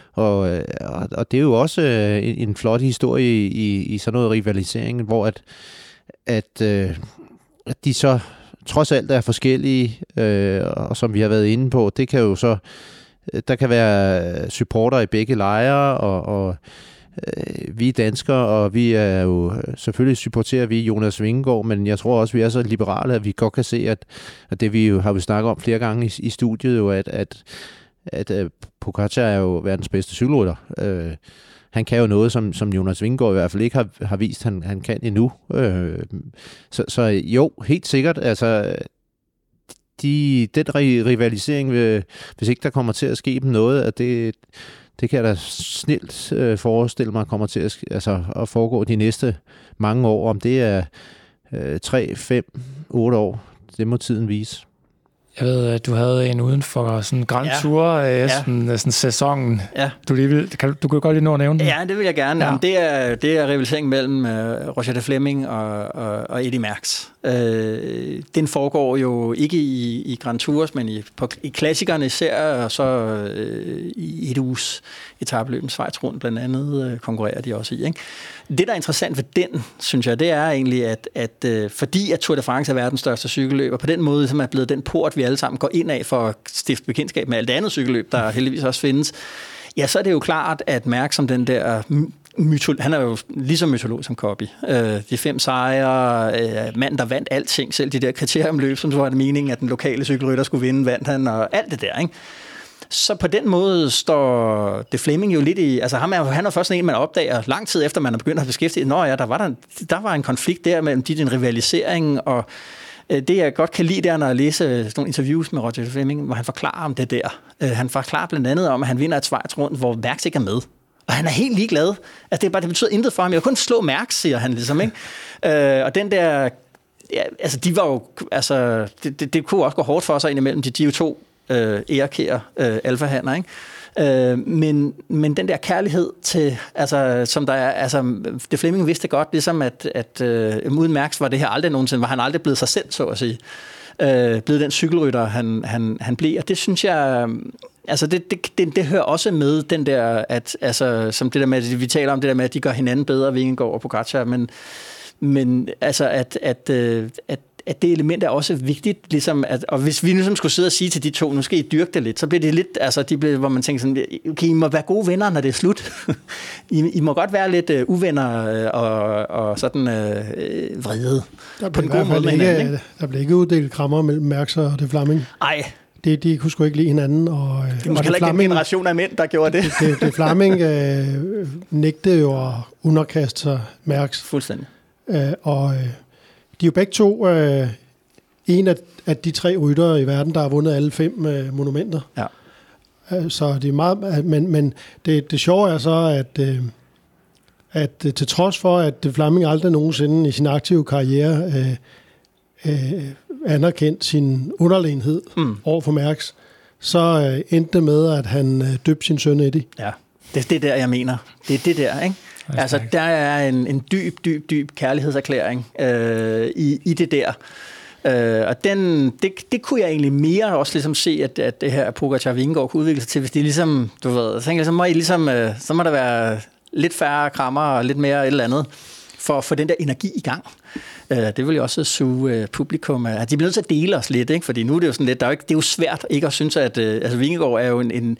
og det er jo også en flot historie i sådan noget rivalisering, hvor at de så trods alt er forskellige, og som vi har været inde på, det kan jo så der kan være supporter i begge lejre, og vi er danskere, og vi er jo selvfølgelig supporterer vi Jonas Vingegaard, men jeg tror også, vi er så liberale, at vi godt kan se, at det vi jo har snakket om flere gange i studiet, jo, at Pogacar er jo verdens bedste cykelrytter. Han kan jo noget, som Jonas Vingegaard i hvert fald ikke har vist, han kan endnu. Så jo, helt sikkert, altså den rivalisering, hvis ikke der kommer til at ske dem noget, at det kan jeg da snilt forestille mig kommer til at foregå de næste mange år. Om det er 3, 5, 8 år, det må tiden vise. Jeg ved, at du havde en uden for sådan Grand Tour, sådan sæsonen. Ja. Du kan godt lige nå at nævne den. Ja, det vil jeg gerne. Ja. Det er rivaliseringen mellem Roger de Fleming og Eddy Merckx. Den foregår jo ikke i Grand Tours, men i klassikerne især, og så i et uges etapeløb, Schweiz rundt blandt andet, konkurrerer de også i, ikke? Det, der er interessant ved den, synes jeg, det er egentlig, at fordi at Tour de France er verdens største cykelløb, og på den måde som er blevet den port, vi alle sammen går ind af for at stifte bekendtskab med alt det andet cykelløb, der heldigvis også findes, ja, så er det jo klart, at Merckx som den der han er jo lige så mytolog som Coppi. De 5 sejre, manden, der vandt alting, selv de der kriteriumløb, som så var det meningen, at den lokale cykelrytter skulle vinde, vandt han, og alt det der, ikke? Så på den måde står de Fleming jo lidt i... Altså han er først en, man opdager lang tid efter, man er begyndt at beskæftige. Nå ja, der var en konflikt der mellem den rivalisering, og det jeg godt kan lide, det er, når jeg læser sådan nogle interviews med Roger de Fleming, hvor han forklarer om det der. Han forklarer blandt andet om, at han vinder et Schweiz rundt, hvor Merckx ikke er med. Og han er helt ligeglad. Altså det betyder intet for ham. Jeg kan kun slå Merckx, siger han ligesom, ikke? Og den der... Ja, altså de var jo... Altså, det kunne også gå hårdt for sig indimellem. De er jo 2 ærekære alfahanner, ikke? Men den der kærlighed til, altså, som der er, altså, de Fleming vidste godt, ligesom at uden Merckx var det her aldrig nogensinde, var han aldrig blevet sig selv, så at sige. Blevet den cykelrytter, han blev, og det synes jeg, altså det hører også med den der, at, altså, som det der med, vi taler om det der med, at de gør hinanden bedre, Vingegaard og Pogacar, men altså, at det element er også vigtigt, ligesom og hvis vi ligesom skulle sidde og sige til de to, nu skal I dyrke det lidt, så bliver det lidt, altså hvor man tænker sådan, okay, I må være gode venner, når det er slut. I må godt være lidt uvenner og sådan vrede. På den gode måde med hinanden. Der blev ikke uddelt krammer mellem Mærks og De Flaming. Nej. De kunne sgu ikke lide hinanden. Og, det var måske heller ikke en generation af mænd, der gjorde det. De Flaming nægtede jo at underkaste sig Mærks. Fuldstændig. Og de er jo begge to en af de 3 ryttere i verden, der har vundet alle 5 monumenter. Ja. Så det er meget, men det sjove er så, at til trods for, at De Flaming aldrig nogensinde i sin aktive karriere anerkendt sin underlegenhed over for Mærks, så endte det med, at han døbte sin søn Eddie. Ja, det er det der, jeg mener. Det er det der, ikke? Altså, der er en dyb kærlighedserklæring i det der. Og det kunne jeg egentlig mere også ligesom se, at det her Pogačar-Vingegaard kunne udvikle sig til, hvis de ligesom, du ved, jeg tænker, så må der være lidt færre krammer og lidt mere et eller andet, for at få den der energi i gang. Det vil jo også suge publikum. De bliver nødt til at dele os lidt, ikke? Fordi nu er det jo sådan lidt, det er jo svært ikke at synes, at Vingegaard er jo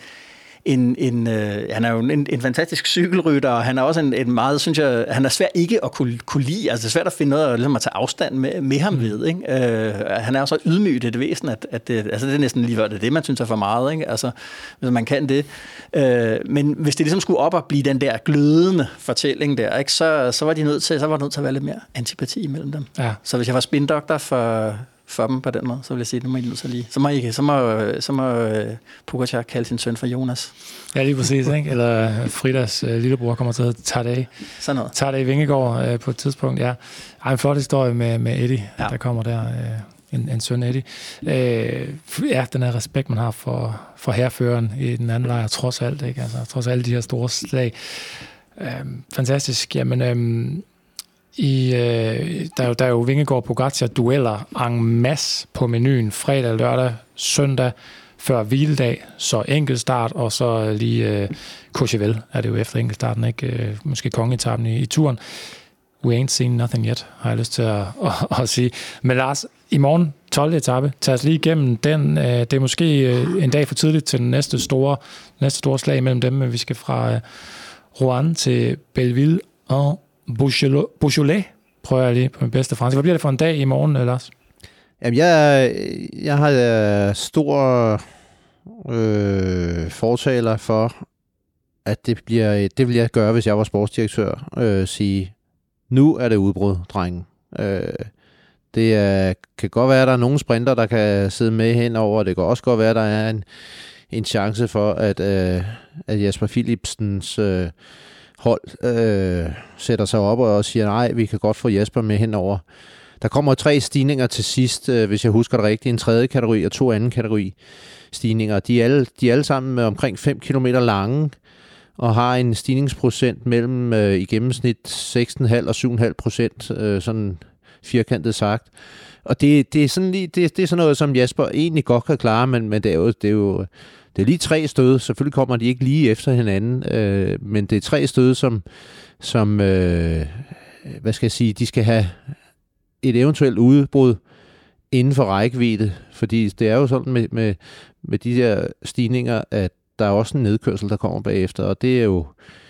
han er jo en fantastisk cykelrytter, og han er også en meget, synes jeg, han er svær ikke at kunne lide. Altså det er svært at finde noget ligesom at tage afstand med ham ved. Ikke? Han er jo så ydmygt et væsen, at det er næsten lige før det man synes er for meget. Ikke? Altså, hvis man kan det. Men hvis det ligesom skulle op og blive den der glødende fortælling der, ikke? Så var de nødt til at være lidt mere antipati imellem dem. Ja. Så hvis jeg var spindoktor for dem på den måde, så vil jeg sige, nu må I nødt til lige. Så må Pogačar kalde sin søn for Jonas. Ja, lige præcis, ikke? Eller Fridas lillebror kommer til at tage det af. Sådan noget. Tager det i Vingegaard på et tidspunkt, ja. En flot historie med Eddie, der kommer der. En søn Eddie. Ja, den her respekt, man har for herføreren i den anden lejr, trods alt, ikke? Altså, trods alle de her store slag. Fantastisk. Jamen, der er jo Vingegaard Pogačar dueller en masse på menuen fredag, lørdag, søndag før hviledag, så enkeltstart, og så lige Courchevel er det jo efter enkeltstarten, ikke? Måske kongeetappen i turen. We ain't seen nothing yet, har jeg lyst til at sige. Men Lars, i morgen 12. etape, tag os lige igennem den. Det er måske en dag for tidligt til den næste store slag mellem dem, men vi skal fra Rouen til Belleville og Beaujolais, prøver jeg lige på min bedste fransk. Hvad bliver det for en dag i morgen, Lars? Jamen, jeg har stor fortaler for, at det vil jeg gøre, hvis jeg var sportsdirektør, sige, nu er det udbrud, drengen. Det kan godt være, at der er nogle sprinter, der kan sidde med henover, og det kan også godt være, at der er en chance for, at Jasper Philipsens hold sætter sig op og siger, nej, vi kan godt få Jasper med henover. Der kommer 3 stigninger til sidst, hvis jeg husker det rigtigt, en 3. kategori og 2 anden kategori stigninger. De er alle sammen med omkring 5 km lange, og har en stigningsprocent mellem i gennemsnit 6,5 og 7,5%, sådan firkantet sagt. Og det er sådan lige, det er sådan noget, som Jasper egentlig godt kan klare, men det er lige 3 stød. Selvfølgelig kommer de ikke lige efter hinanden, men det er 3 stød, som hvad skal jeg sige, de skal have et eventuelt udbrud inden for rækkevidde, fordi det er jo sådan med de der stigninger, at der er også en nedkørsel, der kommer bagefter, og det er jo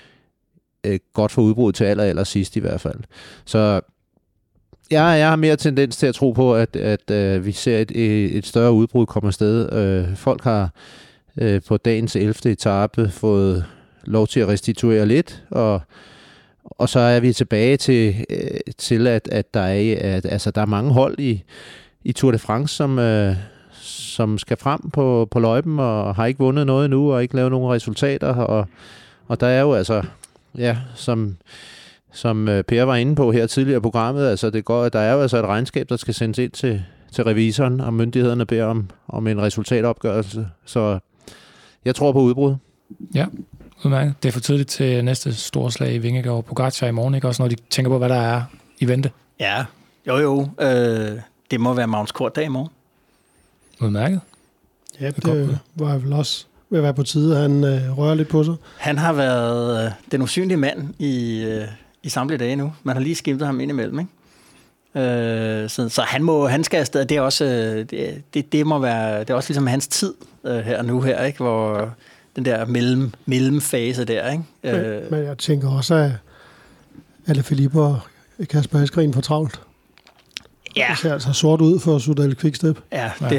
godt for udbruddet til aller sidst i hvert fald. Så jeg har mere tendens til at tro på, at vi ser et større udbrud komme afsted. Folk har på dagens 11. etape fået lov til at restituere lidt, og så er vi tilbage til at der er mange hold i Tour de France, som skal frem på løjpen og har ikke vundet noget endnu og ikke lavet nogen resultater, og der er jo altså, ja, som Per var inde på her tidligere i programmet, altså der er jo altså et regnskab, der skal sendes ind til revisoren, og myndighederne beder om en resultatopgørelse, så jeg tror på udbrud. Ja. Udmærket. Det er for tidligt til næste store slag i Vingegaard og Pogačar i morgen, ikke? Også når de tænker på, hvad der er i vente. Ja, jo. Det må være Magnus Kort-dag i morgen. Udmærket. Ja, det var vel også ved at være på tide, han rører lidt på sig. Han har været den usynlige mand i samtlige dage nu. Man har lige skimtet ham ind imellem, ikke? Så han skal afsted. Det er også det må være, det er også ligesom hans tid her nu her, ikke, hvor den der mellemfase der, ikke. Men jeg tænker også, at Alaphilippe og Kasper Asgreen får travlt. Ja. Det ser altså sort ud for Soudal Quickstep. Ja, det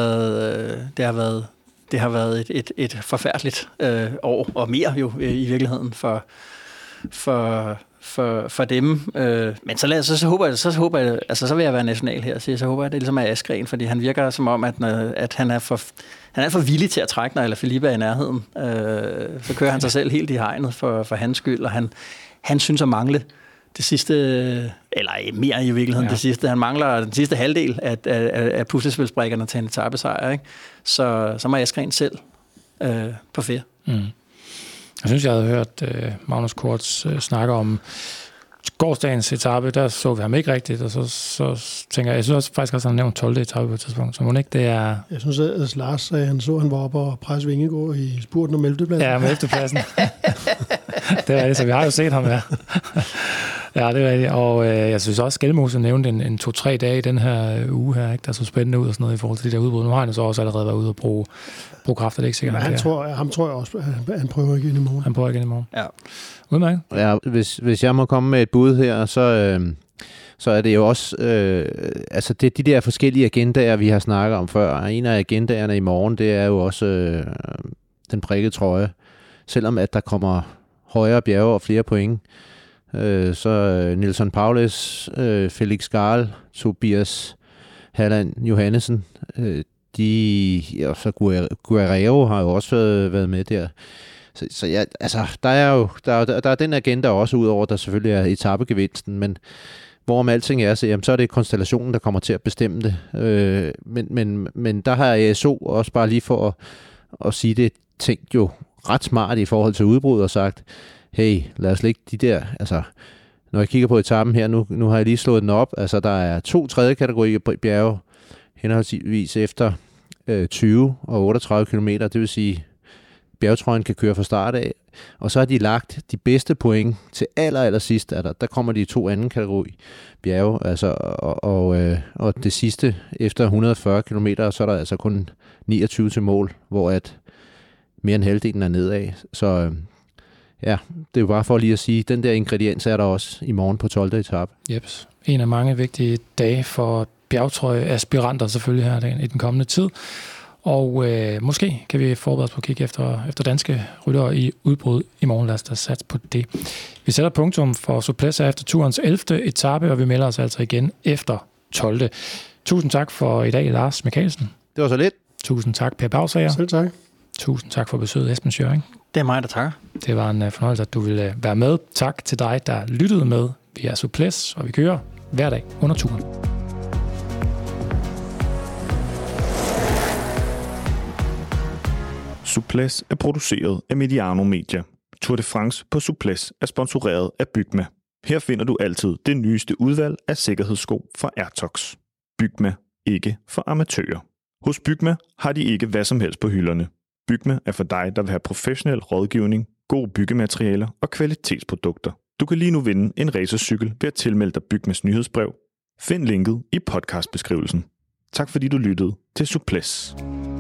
har været et forfærdeligt år, og mere jo i virkeligheden for dem. Men så håber jeg, altså så vil jeg være national her, så håber jeg, det ligesom er Asgreen, fordi han virker som om, at han er for villig til at trække, når Alaphilippe er i nærheden. Så kører han sig selv helt i hegnet for hans skyld, og han synes at mangle det sidste, eller mere i virkeligheden det sidste. Han mangler den sidste halvdel af puslespilsbrikkerne til en etapesejr, ikke? Så må Asgreen selv på færd. Mm. Jeg synes, jeg havde hørt Magnus Korts snakke om gårsdagens etape. Der så vi ham ikke rigtigt, og så tænker jeg synes faktisk også, han har nævnt 12. etape på et tidspunkt, så må ikke det er... Jeg synes, at Lars sagde, han var oppe og presse Vingegaard i spurten om 11. pladsen. Ja, om 11. pladsen. Det er det, så vi har jo set ham, ja. Ja, det er rigtigt. Og jeg synes også, Skelmose nævnte en 2-3 dage i den her uge her, ikke? Der så spændende ud og sådan noget i forhold til de der udbrud. Nu har han så også allerede været ude og bruge kræfter, det er ikke sikkert. Ham tror jeg også, at han prøver igen i morgen. Han prøver igen i morgen. Ja. Udmærket. Ja, hvis jeg må komme med et bud her, så er det jo også, altså det de der forskellige agendaer, vi har snakket om før. En af agendaerne i morgen, det er jo også den prikkede trøje. Selvom at der kommer højere bjerge og flere point, så Nilsson Paules, Felix Gall, Tobias Halland Johannesen, og så Guerrero har jo også været med der. Så ja, altså, der er den agenda også, udover der selvfølgelig er etapegevinsten, men hvorom alting er, så er det konstellationen, der kommer til at bestemme det. Men der har ASO også bare lige for at sige det, tænkt jo ret smart i forhold til udbrud og sagt, hey, lad os lægge de der, altså, når jeg kigger på etappen her, nu har jeg lige slået den op, altså der er 2 tredje kategorier bjerge, henholdsvis efter 20 og 38 km, det vil sige, bjergetrøjen kan køre fra start af, og så har de lagt de bedste point til aller sidst, der kommer de 2 anden kategori bjerge, altså, og det sidste efter 140 km, så er der altså kun 29 til mål, hvor at mere end halvdelen er nedad, så ja, det er jo bare for lige at sige, den der ingrediens er der også i morgen på 12. etape. Jeps. En af mange vigtige dage for bjergtrøje-aspiranter selvfølgelig her i den kommende tid. Og måske kan vi forberede os på at kigge efter danske ryttere i udbrud i morgen. Lad os da satse på det. Vi sætter punktum for Souplesse efter turens 11. etape, og vi melder os altså igen efter 12. Tusind tak for i dag, Lars Michaelsen. Det var så lidt. Tusind tak, Per Bagsager. Selv tak. Tusind tak for besøget, Esben Schøring. Det er mig, der takker. Det var en fornøjelse, at du ville være med. Tak til dig, der lyttede med. Vi er Souplesse, og vi kører hver dag under turen. Souplesse er produceret af Mediano Media. Tour de France på Souplesse er sponsoreret af Bygma. Her finder du altid det nyeste udvalg af sikkerhedssko fra Airtox. Bygma, ikke for amatører. Hos Bygma har de ikke hvad som helst på hylderne. Bygma er for dig, der vil have professionel rådgivning, gode byggematerialer og kvalitetsprodukter. Du kan lige nu vinde en racercykel ved at tilmelde dig Bygmas nyhedsbrev. Find linket i podcastbeskrivelsen. Tak fordi du lyttede til Souplesse.